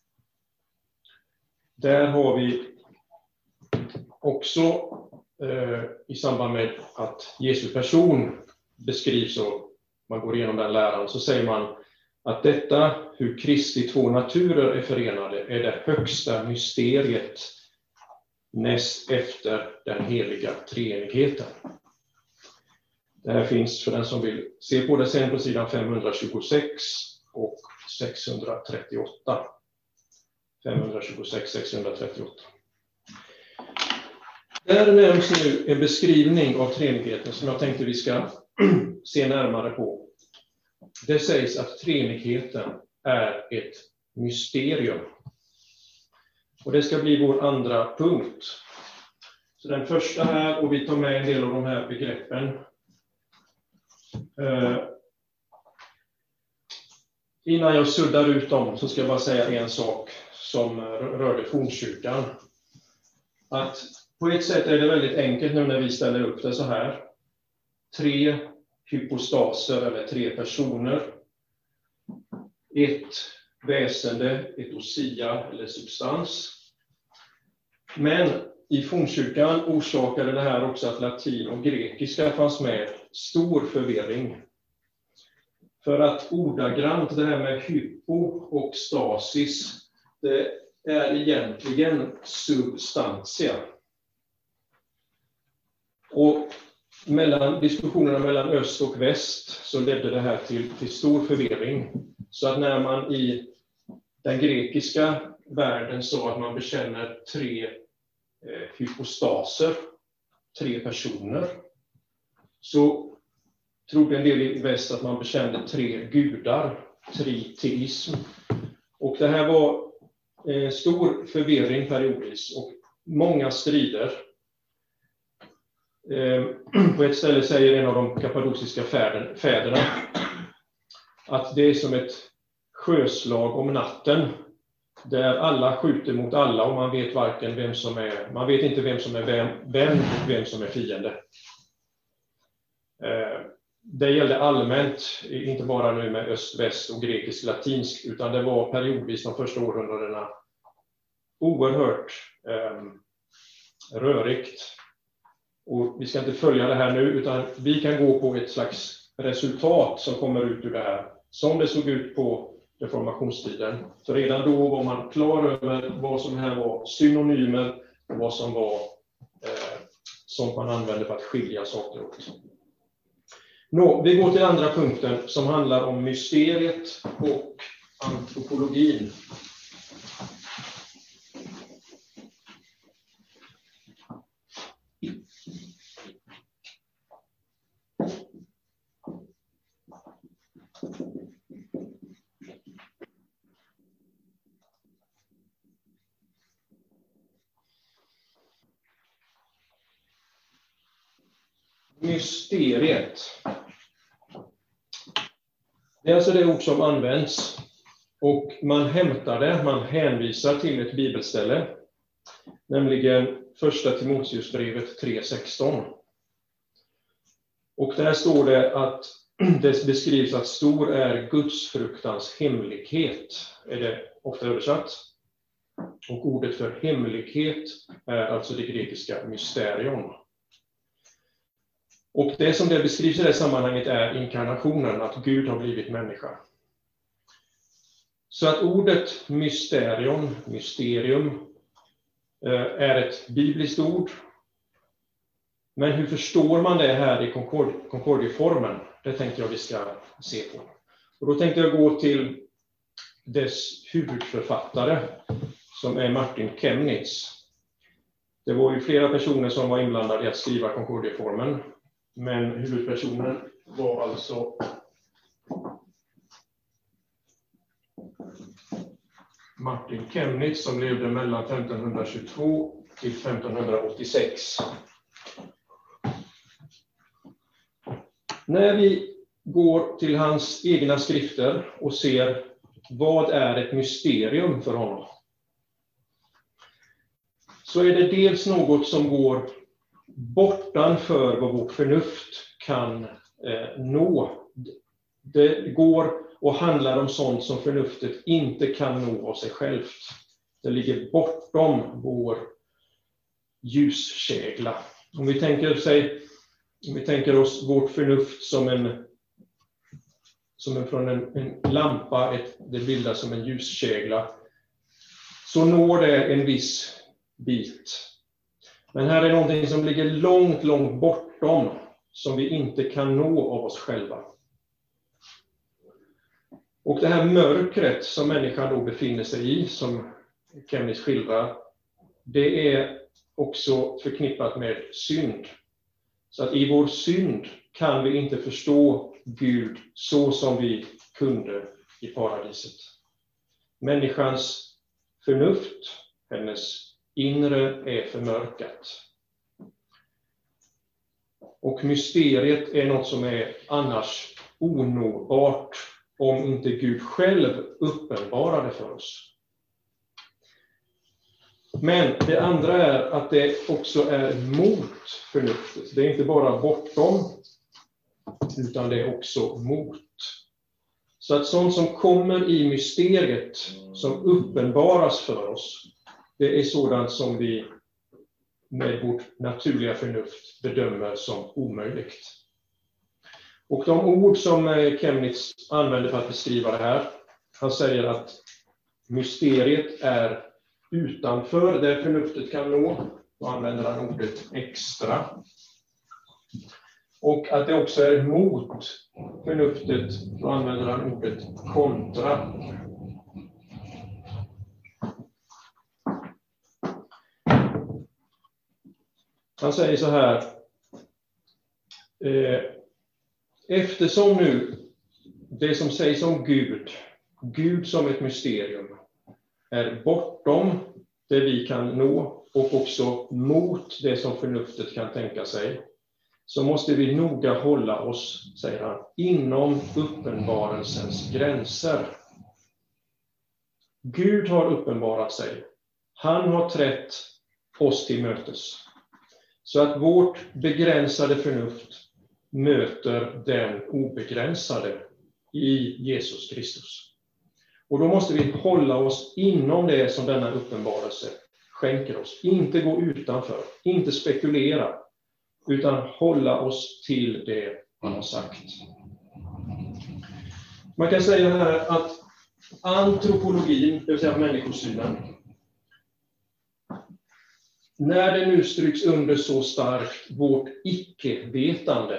där har vi också eh, i samband med att Jesu person beskrivs och man går igenom den läran, så säger man att detta, hur Kristi två naturer är förenade, är det högsta mysteriet näst efter den heliga treenigheten. Det här finns för den som vill se på det sen på sidan femhundratjugosex och sexhundratrettioåtta. femhundratjugosex sexhundratrettioåtta. Där nämns nu en beskrivning av treenigheten som jag tänkte vi ska se närmare på. Det sägs att treenigheten är ett mysterium. Och det ska bli vår andra punkt. Så den första här, och vi tar med en del av de här begreppen. Uh, innan jag suddar ut dem så ska jag bara säga en sak som rörde fornkyrkan. Att på ett sätt är det väldigt enkelt nu när vi ställer upp det så här. Tre hypostaser eller tre personer. Ett väsende, ett osia eller substans. Men i fornkyrkan orsakade det här också att latin och grekiska fanns med stor förvirring. För att ordagrant det här med hypo och stasis, det är egentligen substantia. Och mellan diskussionerna mellan öst och väst så ledde det här till, till stor förvirring. Så att när man i den grekiska världen sa att man bekänner tre eh, hypostaser, tre personer, så trodde en del i väst att man bekände tre gudar, triteism. Och det här var eh, stor förvirring periodvis och många strider. Eh, på ett ställe säger en av de kappadociska fäderna, fäderna att det är som ett sjöslag om natten där alla skjuter mot alla och man vet varken vem som är, man vet inte vem som är vem, vem och vem som är fiende. Eh, det gällde allmänt, inte bara nu med öst, väst och grekisk, latinsk, utan det var periodvis de första århundradena oerhört eh, rörigt. Och vi ska inte följa det här nu, utan vi kan gå på ett slags resultat som kommer ut ur det här, som det såg ut på reformationstiden. För redan då var man klar över vad som här var synonymer och vad som var eh, som man använde för att skilja saker åt. Nå, vi går till andra punkten som handlar om mysteriet och antropologin. Mysteriet. Det är alltså det ord som används och man hämtar det, man hänvisar till ett bibelställe, nämligen första Timoteusbrevet tre sexton. Och där står det att det beskrivs att stor är Guds fruktans hemlighet, är det ofta översatt. Och ordet för hemlighet är alltså det grekiska mysterion. Och det som det beskrivs i det sammanhanget är inkarnationen, att Gud har blivit människa. Så att ordet mysterion, mysterium, är ett bibliskt ord. Men hur förstår man det här i Concord, Concordieformen? Det tänkte jag vi ska se på. Och då tänkte jag gå till dess huvudförfattare, som är Martin Chemnitz. Det var ju flera personer som var inblandade i att skriva Concordieformen. Men huvudpersonen var alltså Martin Chemnitz som levde mellan femtonhundratjugotvå till femtonhundraåttiosex. När vi går till hans egna skrifter och ser vad är ett mysterium för honom, så är det dels något som går bortanför vad vårt förnuft kan eh, nå. Det går och handlar om sånt som förnuftet inte kan nå av sig självt. Det ligger bortom vår ljuskägla. Om vi tänker, sig, om vi tänker oss vårt förnuft som en, som en från en, en lampa, ett, det bildas som en ljuskägla, så når det en viss bit. Men här är någonting som ligger långt, långt bortom, som vi inte kan nå av oss själva. Och det här mörkret som människan då befinner sig i, som Chemnitz skildrar, det är också förknippat med synd. Så att i vår synd kan vi inte förstå Gud så som vi kunde i paradiset. Människans förnuft, hennes inre, är förmörkat. Och mysteriet är något som är annars onåbart om inte Gud själv uppenbarar det för oss. Men det andra är att det också är mot förnuftet. Det är inte bara bortom, utan det är också mot. Så att sånt som kommer i mysteriet, som uppenbaras för oss, det är sådant som vi med vårt naturliga förnuft bedömer som omöjligt. Och de ord som Chemnitz använder för att beskriva det här, han säger att mysteriet är utanför det förnuftet kan nå. Då använder han ordet extra. Och att det också är mot förnuftet, då använder han ordet kontra. Han säger så här, eh, eftersom nu det som sägs om Gud, Gud som ett mysterium, är bortom det vi kan nå och också mot det som förnuftet kan tänka sig, så måste vi noga hålla oss, säger han, inom uppenbarelsens gränser. Gud har uppenbarat sig. Han har trätt oss till mötes. Så att vårt begränsade förnuft möter den obegränsade i Jesus Kristus. Och då måste vi hålla oss inom det som denna uppenbarelse skänker oss. Inte gå utanför, inte spekulera, utan hålla oss till det han har sagt. Man kan säga här att antropologin, det vill säga människosynen, när det nu stryks under så starkt vårt icke-vetande,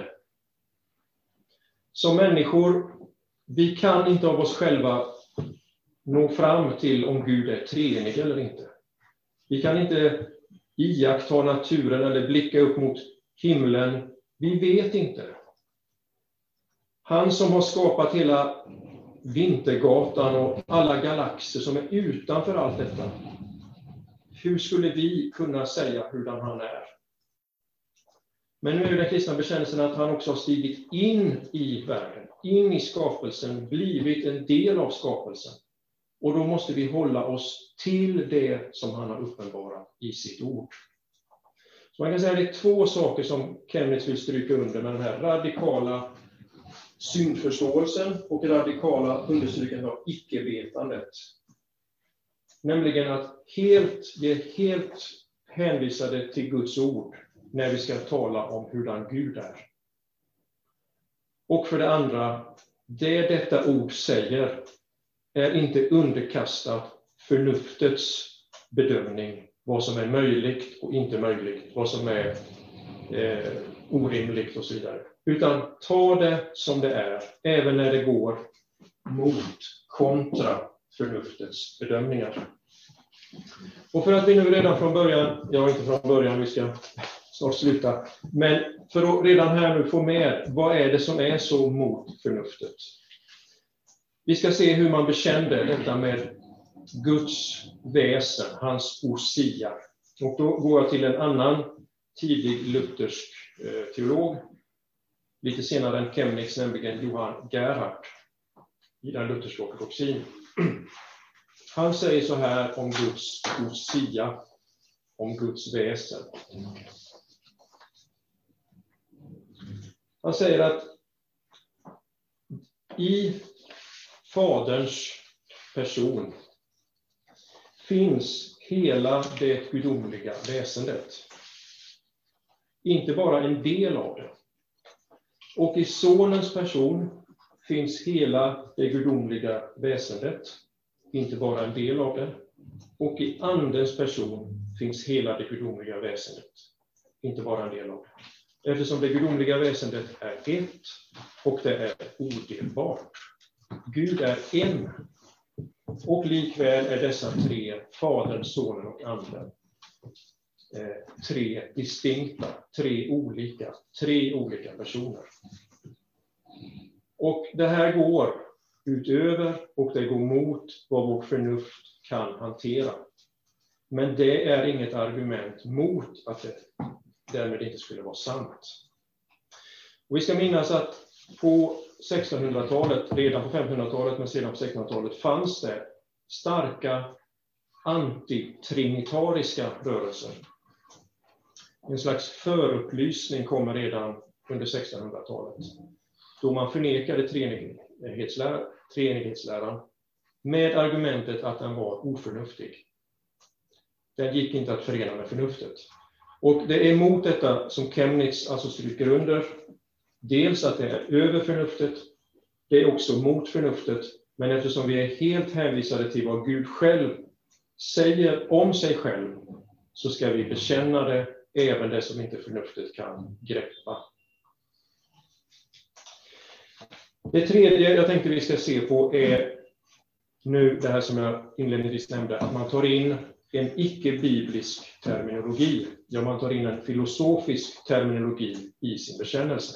som människor, vi kan inte av oss själva nå fram till om Gud är treenig eller inte. Vi kan inte iaktta naturen eller blicka upp mot himlen. Vi vet inte. Han som har skapat hela Vintergatan och alla galaxer som är utanför allt detta. Hur skulle vi kunna säga hurdan han är? Men nu är den kristna bekännelsen att han också har stigit in i världen, in i skapelsen, blivit en del av skapelsen. Och då måste vi hålla oss till det som han har uppenbarat i sitt ord. Så man kan säga att det är två saker som Chemnitz vill stryka under med den här radikala syndförståelsen och radikala understrykandet av icke-vetandet. Nämligen att helt, vi är helt hänvisade till Guds ord när vi ska tala om hurdan Gud är. Och för det andra, det detta ord säger är inte underkastat förnuftets bedömning, vad som är möjligt och inte möjligt, vad som är eh, orimligt och så vidare. Utan ta det som det är, även när det går mot kontra förnuftets bedömningar. Och för att vi nu redan från början, ja inte från början, vi ska snart sluta, men för att redan här nu få med, vad är det som är så mot förnuftet? Vi ska se hur man bekände detta med Guds väsen, hans ousia. Och då går jag till en annan tidig luthersk eh, teolog, lite senare än Chemnitz, nämligen Johann Gerhard, i den lutherska ortodoxin. Han säger så här om Guds ousia, om Guds väsen. Han säger att i Faderns person finns hela det gudomliga väsendet. Inte bara en del av det. Och i Sonens person finns hela det gudomliga väsendet. Inte bara en del av det. Och i Andens person finns hela det gudomliga väsendet. Inte bara en del av det. Eftersom det gudomliga väsendet är ett och det är odelbart. Gud är en. Och likväl är dessa tre, Fadern, Sonen och Anden, eh, tre distinkta, tre olika, tre olika personer. Och det här går utöver och det går mot vad vårt förnuft kan hantera. Men det är inget argument mot att det därmed inte skulle vara sant. Och vi ska minnas att på sextonhundratalet, redan på femtonhundratalet men sedan på sextonhundratalet fanns det starka antitrinitariska rörelser. En slags förupplysning kommer redan under sextonhundratalet. Då man förnekade treenighetsläran, treenighetsläran med argumentet att den var oförnuftig. Den gick inte att förena med förnuftet. Och det är emot detta som Chemnitz alltså stryker under. Dels att det är över förnuftet, det är också mot förnuftet, men eftersom vi är helt hänvisade till vad Gud själv säger om sig själv, så ska vi bekänna det, även det som inte förnuftet kan greppa. Det tredje jag tänkte vi ska se på är nu det här som jag inledningsvis nämnde, att man tar in en icke-biblisk terminologi. Ja, man tar in en filosofisk terminologi i sin bekännelse.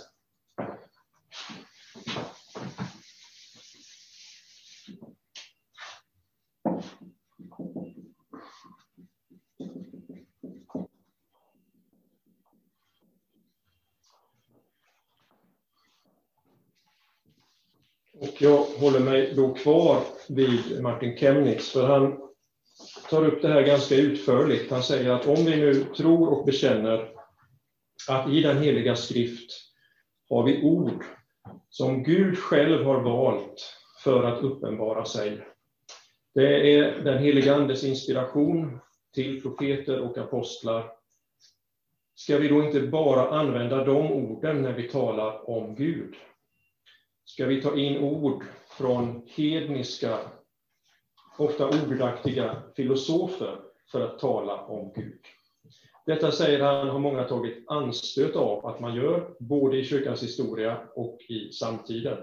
Och jag håller mig då kvar vid Martin Chemnitz, för han tar upp det här ganska utförligt. Han säger att om vi nu tror och bekänner att i den heliga skrift har vi ord som Gud själv har valt för att uppenbara sig. Det är den heliga andes inspiration till profeter och apostlar. Ska vi då inte bara använda de orden när vi talar om Gud? Ska vi ta in ord från hedniska, ofta ogudaktiga filosofer för att tala om Gud? Detta, säger han, har många tagit anstöt av att man gör, både i kyrkans historia och i samtiden.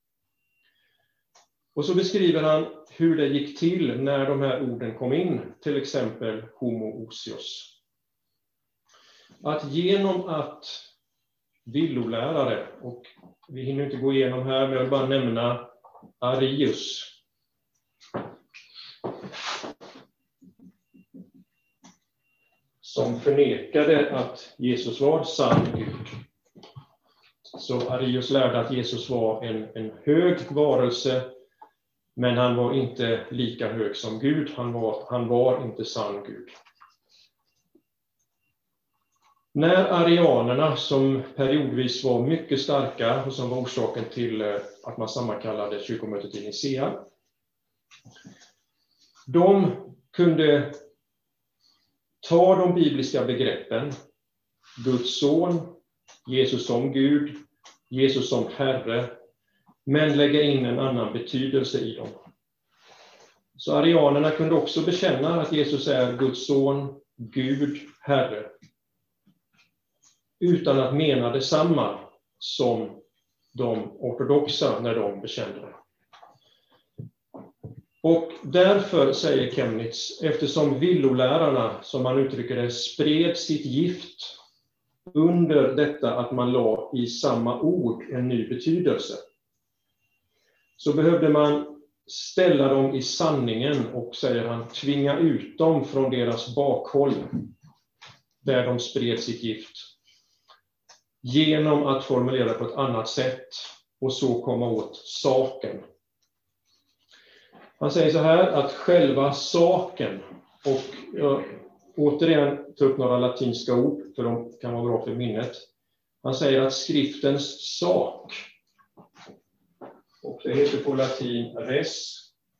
Och så beskriver han hur det gick till när de här orden kom in, till exempel homo ousios. Att genom att villolärare, och vi hinner inte gå igenom här, men jag vill bara nämna Arius. Som förnekade att Jesus var sann Gud. Så Arius lärde att Jesus var en, en hög varelse, men han var inte lika hög som Gud. Han var, han var inte sann Gud. När arianerna, som periodvis var mycket starka och som var orsaken till att man sammankallade kyrkomötet i Nicea, de kunde ta de bibliska begreppen, Guds son, Jesus som Gud, Jesus som Herre, men lägga in en annan betydelse i dem. Så arianerna kunde också bekänna att Jesus är Guds son, Gud, Herre, utan att mena detsamma som de ortodoxa när de bekände det. Och därför, säger Chemnitz, eftersom villolärarna, som man uttrycker det, spred sitt gift under detta att man la i samma ord en ny betydelse, så behövde man ställa dem i sanningen och, säger han, tvinga ut dem från deras bakhåll där de spred sitt gift, genom att formulera på ett annat sätt och så komma åt saken. Han säger så här att själva saken, och jag återigen tar upp några latinska ord för de kan vara bra för minnet. Han säger att skriftens sak, och det heter på latin res,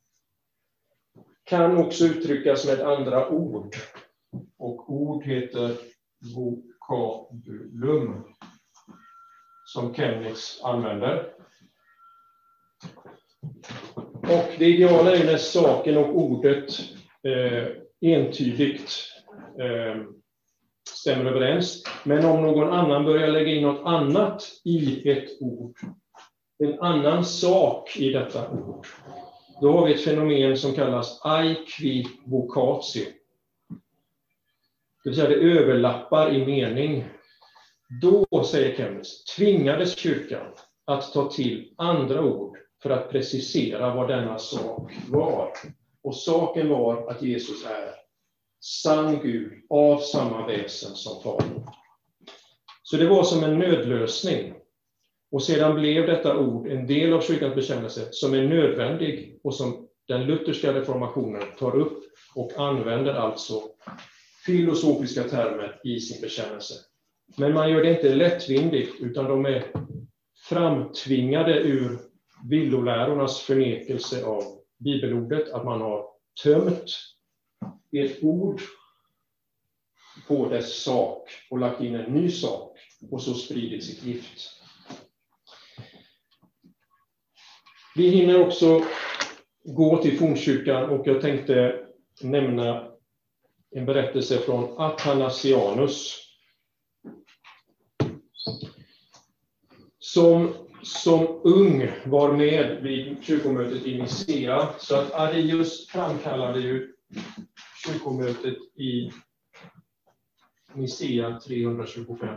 kan också uttryckas med andra ord, och ord heter vocabulum, som Chemnitz använder. Och det ideala är när saken och ordet eh, entydigt eh, stämmer överens. Men om någon annan börjar lägga in något annat i ett ord, en annan sak i detta ord, då har vi ett fenomen som kallas aequivocatio. Det vill säga det överlappar i mening. Då, säger Chemnitz, tvingades kyrkan att ta till andra ord för att precisera vad denna sak var. Och saken var att Jesus är sann Gud av samma väsen som Fadern. Så det var som en nödlösning. Och sedan blev detta ord en del av kyrkans bekännelse som är nödvändig och som den lutherska reformationen tar upp och använder alltså filosofiska termer i sin bekännelse. Men man gör det inte lättvindigt, utan de är framtvingade ur villolärornas förnekelse av bibelordet, att man har tömt ett ord på dess sak och lagt in en ny sak och så spridit sitt gift. Vi hinner också gå till fornkyrkan, och jag tänkte nämna en berättelse från Athanasianus, som som ung var med vid kyrkomötet i Nicea. Så att Arius framkallade ju kyrkomötet i Nicea trehundratjugofem.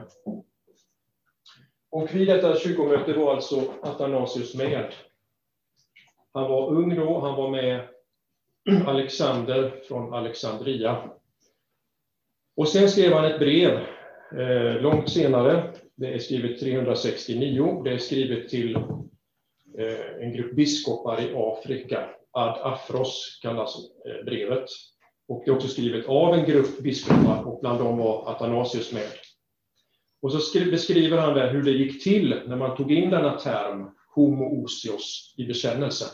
Och vid detta kyrkomöte var alltså Athanasius med. Han var ung då, han var med Alexander från Alexandria. Och sen skrev han ett brev eh, långt senare. Det är skrivet trehundrasextionio. Det är skrivet till eh, en grupp biskopar i Afrika. Ad Afros kallas eh, brevet. Och det är också skrivet av en grupp biskopar och bland dem var Athanasius med. Och så skri- beskriver han där hur det gick till när man tog in denna term homoousios i bekännelsen.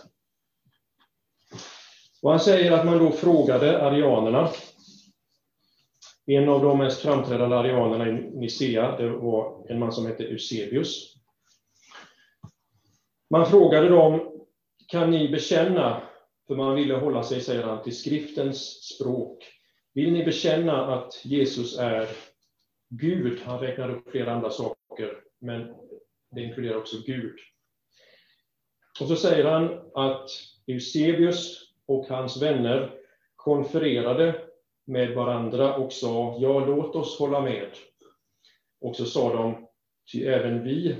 Och han säger att man då frågade arianerna. En av de mest framträdande arianerna i Nicea, det var en man som hette Eusebius. Man frågade dem, kan ni bekänna, för man ville hålla sig, säger han, till skriftens språk. Vill ni bekänna att Jesus är Gud? Han räknar upp flera andra saker, men det inkluderar också Gud. Och så säger han att Eusebius och hans vänner konfererade med varandra och sa, ja, låt oss hålla med. Och så sa de, ty även vi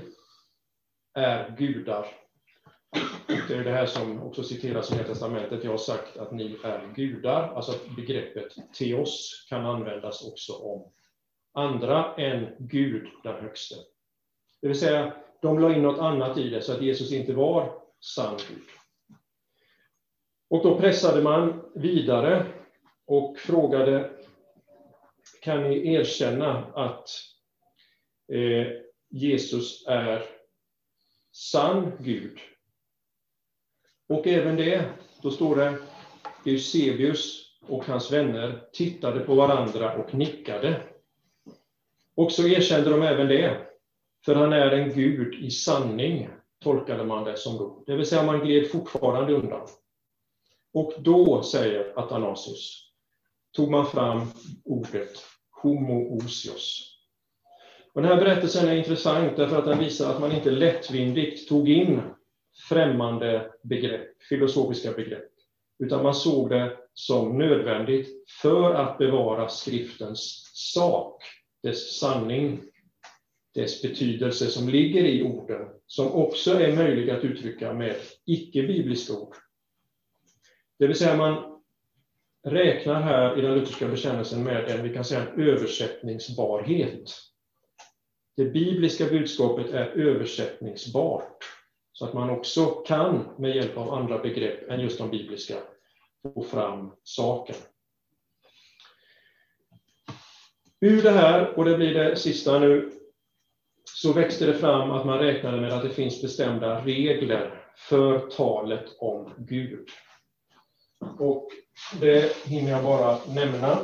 är gudar. Och det är det här som också citeras i Nya testamentet. Jag har sagt att ni är gudar. Alltså att begreppet teos kan användas också om andra än Gud den högste. Det vill säga, de la in något annat i det så att Jesus inte var sann Gud. Och då pressade man vidare och frågade, kan ni erkänna att eh, Jesus är sann Gud? Och även det, då står det, Eusebius och hans vänner tittade på varandra och nickade. Och så erkände de även det, för han är en Gud i sanning, tolkade man det som då. Det vill säga man gled fortfarande undan. Och då, säger Athanasius, tog man fram ordet homoousios. Och den här berättelsen är intressant därför att den visar att man inte lättvindigt tog in främmande begrepp, filosofiska begrepp, utan man såg det som nödvändigt för att bevara skriftens sak, dess sanning, dess betydelse som ligger i orden, som också är möjlig att uttrycka med icke-bibliska ord. Det vill säga man räknar här i den lutherska bekännelsen med en, vi kan säga, en översättningsbarhet. Det bibliska budskapet är översättningsbart, så att man också kan med hjälp av andra begrepp än just de bibliska få fram saken. Ur det här, och det blir det sista nu, så växte det fram att man räknade med att det finns bestämda regler för talet om Gud. Och det hinner jag bara nämna.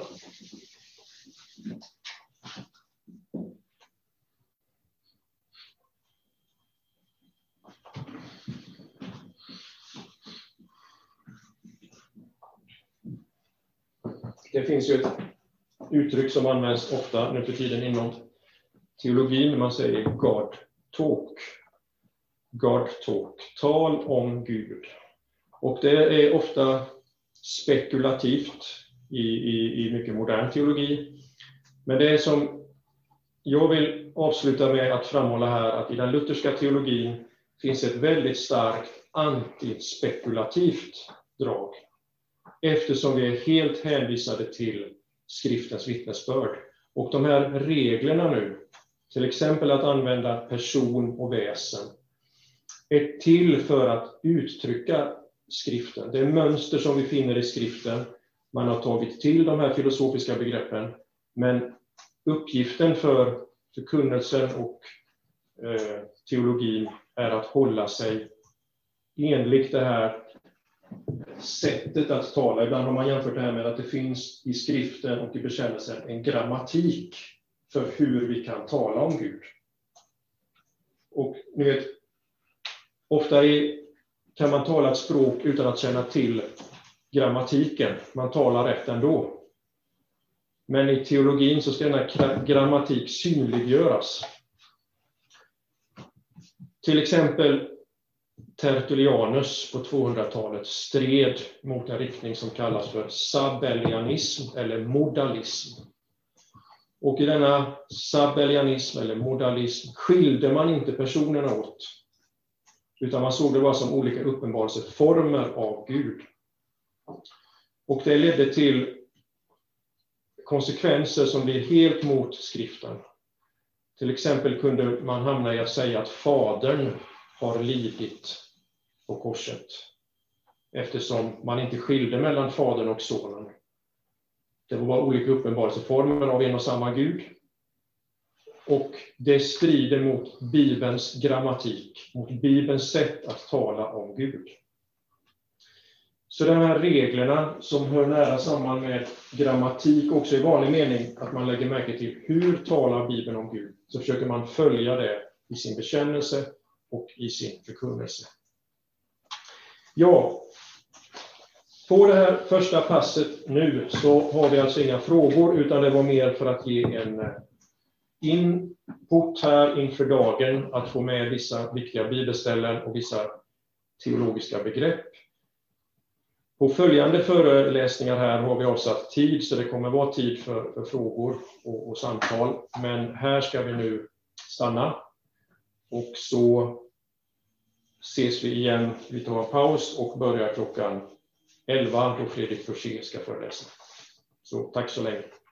Det finns ju ett uttryck som används ofta nu för tiden inom teologin. Man säger God talk. God talk. Tal om Gud. Och det är ofta spekulativt i, i, i mycket modern teologi. Men det är som jag vill avsluta med att framhålla här, att i den lutherska teologin finns ett väldigt starkt antispekulativt drag. Eftersom vi är helt hänvisade till skriftens vittnesbörd. Och de här reglerna nu, till exempel att använda person och väsen, är till för att uttrycka skriften. Det är mönster som vi finner i skriften. Man har tagit till de här filosofiska begreppen, men uppgiften för förkunnelsen och eh, teologin är att hålla sig enligt det här sättet att tala. Ibland har man jämfört det här med att det finns i skriften och i bekännelsen en grammatik för hur vi kan tala om Gud. Och ni vet, ofta är, kan man tala ett språk utan att känna till grammatiken. Man talar rätt ändå. Men i teologin så ska den här grammatik synliggöras. Till exempel Tertullianus på tvåhundratalet stred mot en riktning som kallas för sabellianism eller modalism. Och i denna sabellianism eller modalism skilde man inte personerna åt, utan man såg det bara som olika uppenbarelseformer av Gud. Och det ledde till konsekvenser som blir helt mot skriften. Till exempel kunde man hamna i att säga att fadern har lidit på korset, eftersom man inte skilde mellan fadern och sonen. Det var olika uppenbarelseformer av en och samma Gud. Och det strider mot Bibelns grammatik, mot Bibelns sätt att tala om Gud. Så de här reglerna som hör nära samman med grammatik, också i vanlig mening, att man lägger märke till hur talar Bibeln om Gud, så försöker man följa det i sin bekännelse och i sin förkunnelse. Ja, på det här första passet nu så har vi alltså inga frågor, utan det var mer för att ge en input här inför dagen, att få med vissa viktiga bibelställen och vissa teologiska begrepp. På följande föreläsningar här har vi avsatt tid, så det kommer vara tid för, för frågor och, och samtal. Men här ska vi nu stanna. Och så ses vi igen. Vi tar en paus och börjar klockan elva då Fredrik Forsé ska föreläsa. Så tack så länge.